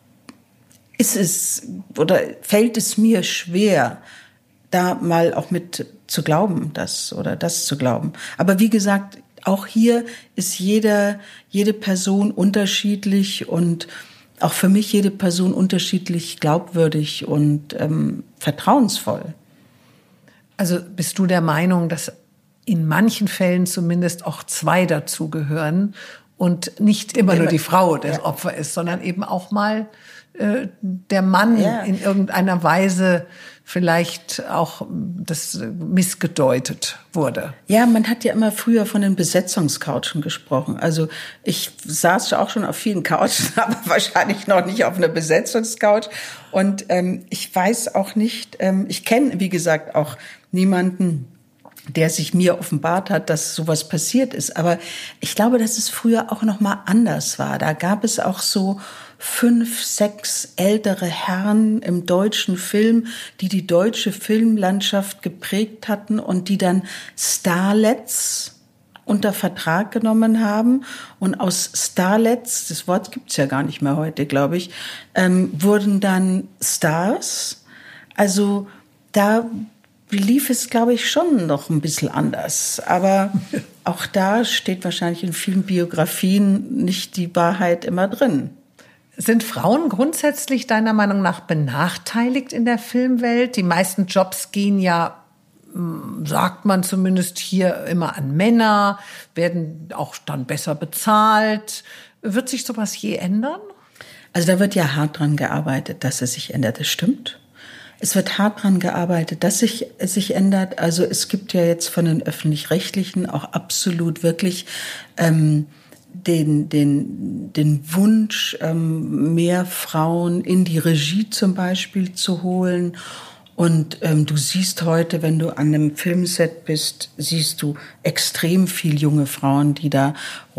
fällt es mir schwer, da mal auch mit zu glauben, das zu glauben. Aber wie gesagt, auch hier ist jede Person unterschiedlich und auch für mich jede Person unterschiedlich glaubwürdig und vertrauensvoll. Also bist du der Meinung, dass in manchen Fällen zumindest auch zwei dazugehören und nicht immer nur die Frau das Opfer ist, sondern eben auch mal der Mann in irgendeiner Weise vielleicht auch das missgedeutet wurde. Ja, man hat ja immer früher von den Besetzungscouchen gesprochen. Also ich saß auch schon auf vielen Couchen, aber wahrscheinlich noch nicht auf einer Besetzungscouch. Und ich weiß auch nicht, ich kenne, wie gesagt, auch niemanden, der sich mir offenbart hat, dass sowas passiert ist. Aber ich glaube, dass es früher auch noch mal anders war. Da gab es auch so 5, 6 ältere Herren im deutschen Film, die deutsche Filmlandschaft geprägt hatten und die dann Starlets unter Vertrag genommen haben. Und aus Starlets, das Wort gibt's ja gar nicht mehr heute, glaube ich, wurden dann Stars. Also da lief es, glaube ich, schon noch ein bisschen anders. Aber auch da steht wahrscheinlich in vielen Biografien nicht die Wahrheit immer drin. Sind Frauen grundsätzlich deiner Meinung nach benachteiligt in der Filmwelt? Die meisten Jobs gehen ja, sagt man zumindest hier, immer an Männer, werden auch dann besser bezahlt. Wird sich sowas je ändern? Also da wird ja hart dran gearbeitet, dass es sich ändert. Das stimmt. Es wird hart dran gearbeitet, dass es sich ändert. Also es gibt ja jetzt von den Öffentlich-Rechtlichen auch absolut wirklich den Wunsch, mehr Frauen in die Regie zum Beispiel zu holen. Und du siehst heute, wenn du an einem Filmset bist, siehst du extrem viel junge Frauen, die da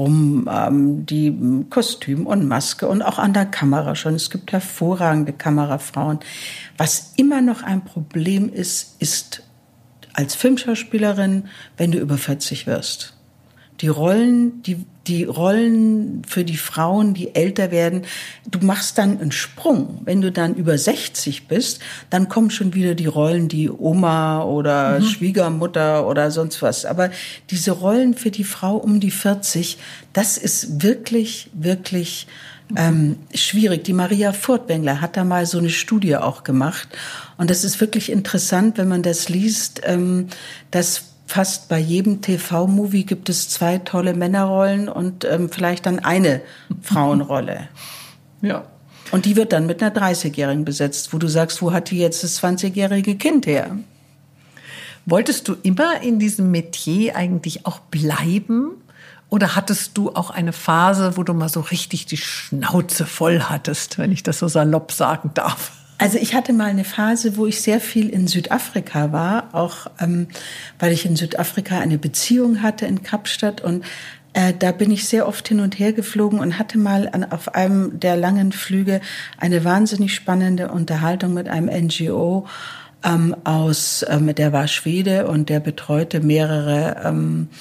die Kostüm und Maske und auch an der Kamera schon. Es gibt hervorragende Kamerafrauen. Was immer noch ein Problem ist als Filmschauspielerin, wenn du über 40 wirst. Die Rollen für die Frauen, die älter werden, du machst dann einen Sprung. Wenn du dann über 60 bist, dann kommen schon wieder die Rollen, die Oma oder Schwiegermutter oder sonst was. Aber diese Rollen für die Frau um die 40, das ist wirklich, wirklich schwierig. Die Maria Furtwängler hat da mal so eine Studie auch gemacht. Und das ist wirklich interessant, wenn man das liest, dass fast bei jedem TV-Movie gibt es 2 tolle Männerrollen und vielleicht dann eine Frauenrolle. Ja. Und die wird dann mit einer 30-Jährigen besetzt, wo du sagst, wo hat die jetzt das 20-jährige Kind her? Wolltest du immer in diesem Metier eigentlich auch bleiben? Oder hattest du auch eine Phase, wo du mal so richtig die Schnauze voll hattest, wenn ich das so salopp sagen darf? Also ich hatte mal eine Phase, wo ich sehr viel in Südafrika war, auch weil ich in Südafrika eine Beziehung hatte in Kapstadt und da bin ich sehr oft hin und her geflogen und hatte mal auf einem der langen Flüge eine wahnsinnig spannende Unterhaltung mit einem NGO der war Schwede und der betreute mehrere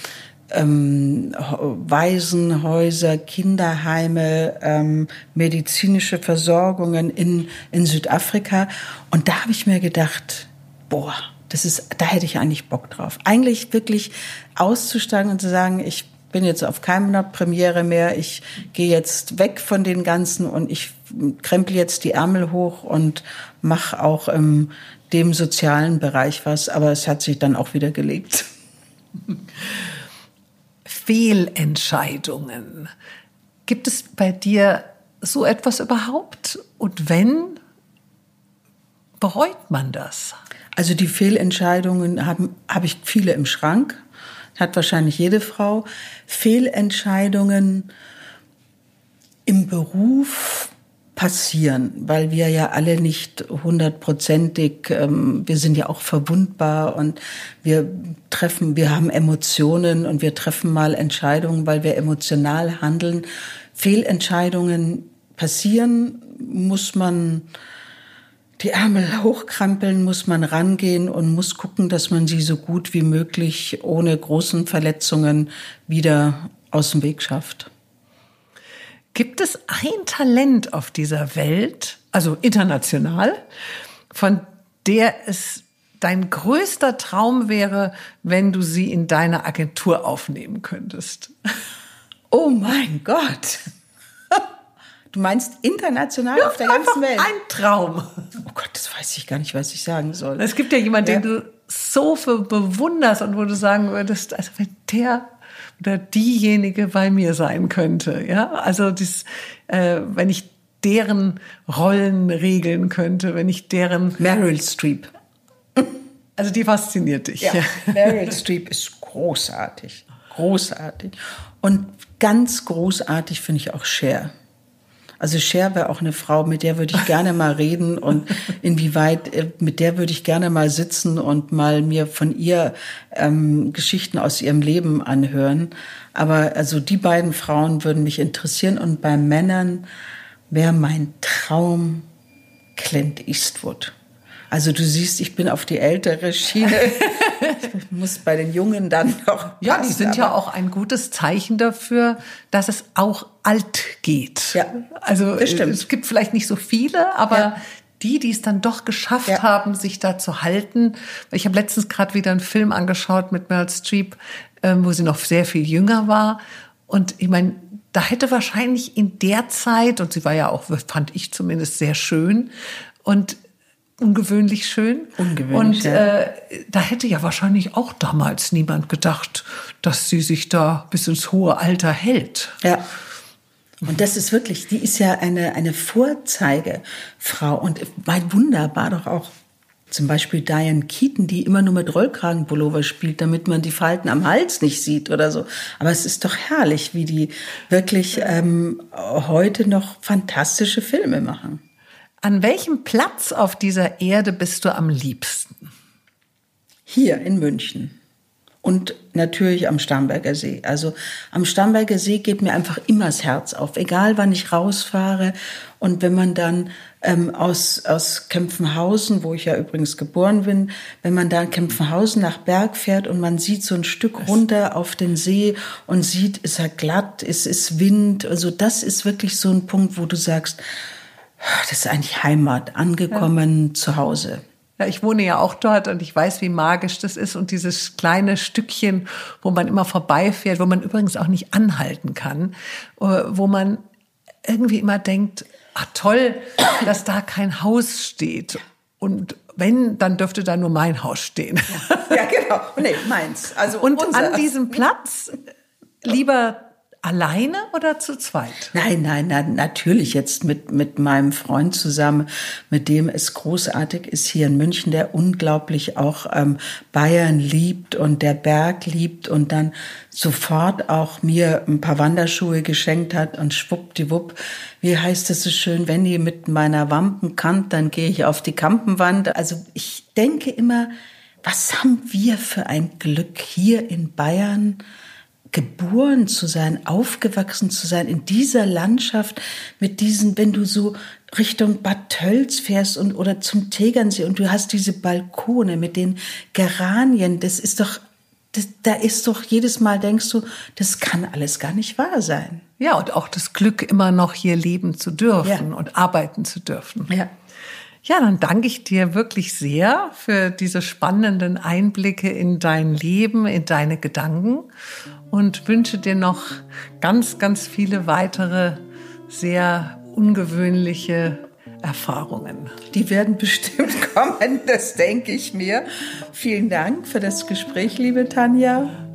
Waisenhäuser, Kinderheime, medizinische Versorgungen in Südafrika. Und da habe ich mir gedacht, da hätte ich eigentlich Bock drauf. Eigentlich wirklich auszusteigen und zu sagen, ich bin jetzt auf keiner Premiere mehr. Ich gehe jetzt weg von den Ganzen und ich krempel jetzt die Ärmel hoch und mache auch im dem sozialen Bereich was. Aber es hat sich dann auch wieder gelegt. Fehlentscheidungen. Gibt es bei dir so etwas überhaupt? Und wenn, bereut man das? Also die Fehlentscheidungen habe ich viele im Schrank. Hat wahrscheinlich jede Frau. Fehlentscheidungen im Beruf passieren, weil wir ja alle nicht 100%ig, wir sind ja auch verwundbar und wir haben Emotionen und wir treffen mal Entscheidungen, weil wir emotional handeln. Fehlentscheidungen passieren, muss man die Ärmel hochkrempeln, muss man rangehen und muss gucken, dass man sie so gut wie möglich ohne großen Verletzungen wieder aus dem Weg schafft. Gibt es ein Talent auf dieser Welt, also international, von der es dein größter Traum wäre, wenn du sie in deine Agentur aufnehmen könntest? Oh mein Gott! Du meinst international auf der ganzen Welt? Ein Traum. Oh Gott, das weiß ich gar nicht, was ich sagen soll. Es gibt ja jemanden, den du so bewunderst und wo du sagen würdest, also wenn der oder diejenige bei mir sein könnte, ja, also wenn ich deren Rollen regeln könnte, wenn ich deren Meryl Streep. Also die fasziniert dich. Ja, Meryl Streep ist großartig, großartig und ganz großartig finde ich auch Cher. Also Cher wäre auch eine Frau, mit der würde ich gerne mal reden und mit der würde ich gerne mal sitzen und mal mir von ihr Geschichten aus ihrem Leben anhören. Aber also die beiden Frauen würden mich interessieren und bei Männern wäre mein Traum Clint Eastwood. Also du siehst, ich bin auf die ältere Schiene. Ich muss bei den Jungen dann noch. Ja, die sind ja auch ein gutes Zeichen dafür, dass es auch alt geht. Ja, also es gibt vielleicht nicht so viele, aber die es dann doch geschafft haben, sich da zu halten. Ich habe letztens gerade wieder einen Film angeschaut mit Meryl Streep, wo sie noch sehr viel jünger war. Und ich meine, da hätte wahrscheinlich in der Zeit, und sie war ja auch, fand ich zumindest, sehr schön und ungewöhnlich schön. Ungewöhnlich, und da hätte ja wahrscheinlich auch damals niemand gedacht, dass sie sich da bis ins hohe Alter hält. Ja. Und das ist wirklich, die ist ja eine Vorzeigefrau. Und wunderbar doch auch zum Beispiel Diane Keaton, die immer nur mit Rollkragenpullover spielt, damit man die Falten am Hals nicht sieht oder so. Aber es ist doch herrlich, wie die wirklich heute noch fantastische Filme machen. An welchem Platz auf dieser Erde bist du am liebsten? Hier in München. Und natürlich am Starnberger See. Also am Starnberger See geht mir einfach immer das Herz auf, egal wann ich rausfahre. Und wenn man dann aus Kempfenhausen, wo ich ja übrigens geboren bin, wenn man da in Kempfenhausen nach Berg fährt und man sieht so ein Stück runter auf den See und sieht, ist er glatt, es ist Wind. Also das ist wirklich so ein Punkt, wo du sagst, das ist eigentlich Heimat, angekommen zu Hause. Ja, ich wohne ja auch dort und ich weiß, wie magisch das ist. Und dieses kleine Stückchen, wo man immer vorbeifährt, wo man übrigens auch nicht anhalten kann, wo man irgendwie immer denkt, ach toll, dass da kein Haus steht. Und wenn, dann dürfte da nur mein Haus stehen. Ja, genau. Nee, meins. Also und an diesem Platz lieber alleine oder zu zweit? Nein, natürlich jetzt mit meinem Freund zusammen, mit dem es großartig ist hier in München, der unglaublich auch Bayern liebt und der Berg liebt und dann sofort auch mir ein paar Wanderschuhe geschenkt hat und schwuppdiwupp, wie heißt es so schön, wenn ich mit meiner Wampen kann, dann gehe ich auf die Kampenwand. Also ich denke immer, was haben wir für ein Glück hier in Bayern, geboren zu sein, aufgewachsen zu sein, in dieser Landschaft mit diesen, wenn du so Richtung Bad Tölz fährst oder zum Tegernsee und du hast diese Balkone mit den Geranien, das ist doch, da ist doch jedes Mal denkst du, das kann alles gar nicht wahr sein. Ja, und auch das Glück, immer noch hier leben zu dürfen und arbeiten zu dürfen. Ja. Ja, dann danke ich dir wirklich sehr für diese spannenden Einblicke in dein Leben, in deine Gedanken und wünsche dir noch ganz, ganz viele weitere sehr ungewöhnliche Erfahrungen. Die werden bestimmt kommen, das denke ich mir. Vielen Dank für das Gespräch, liebe Tanja.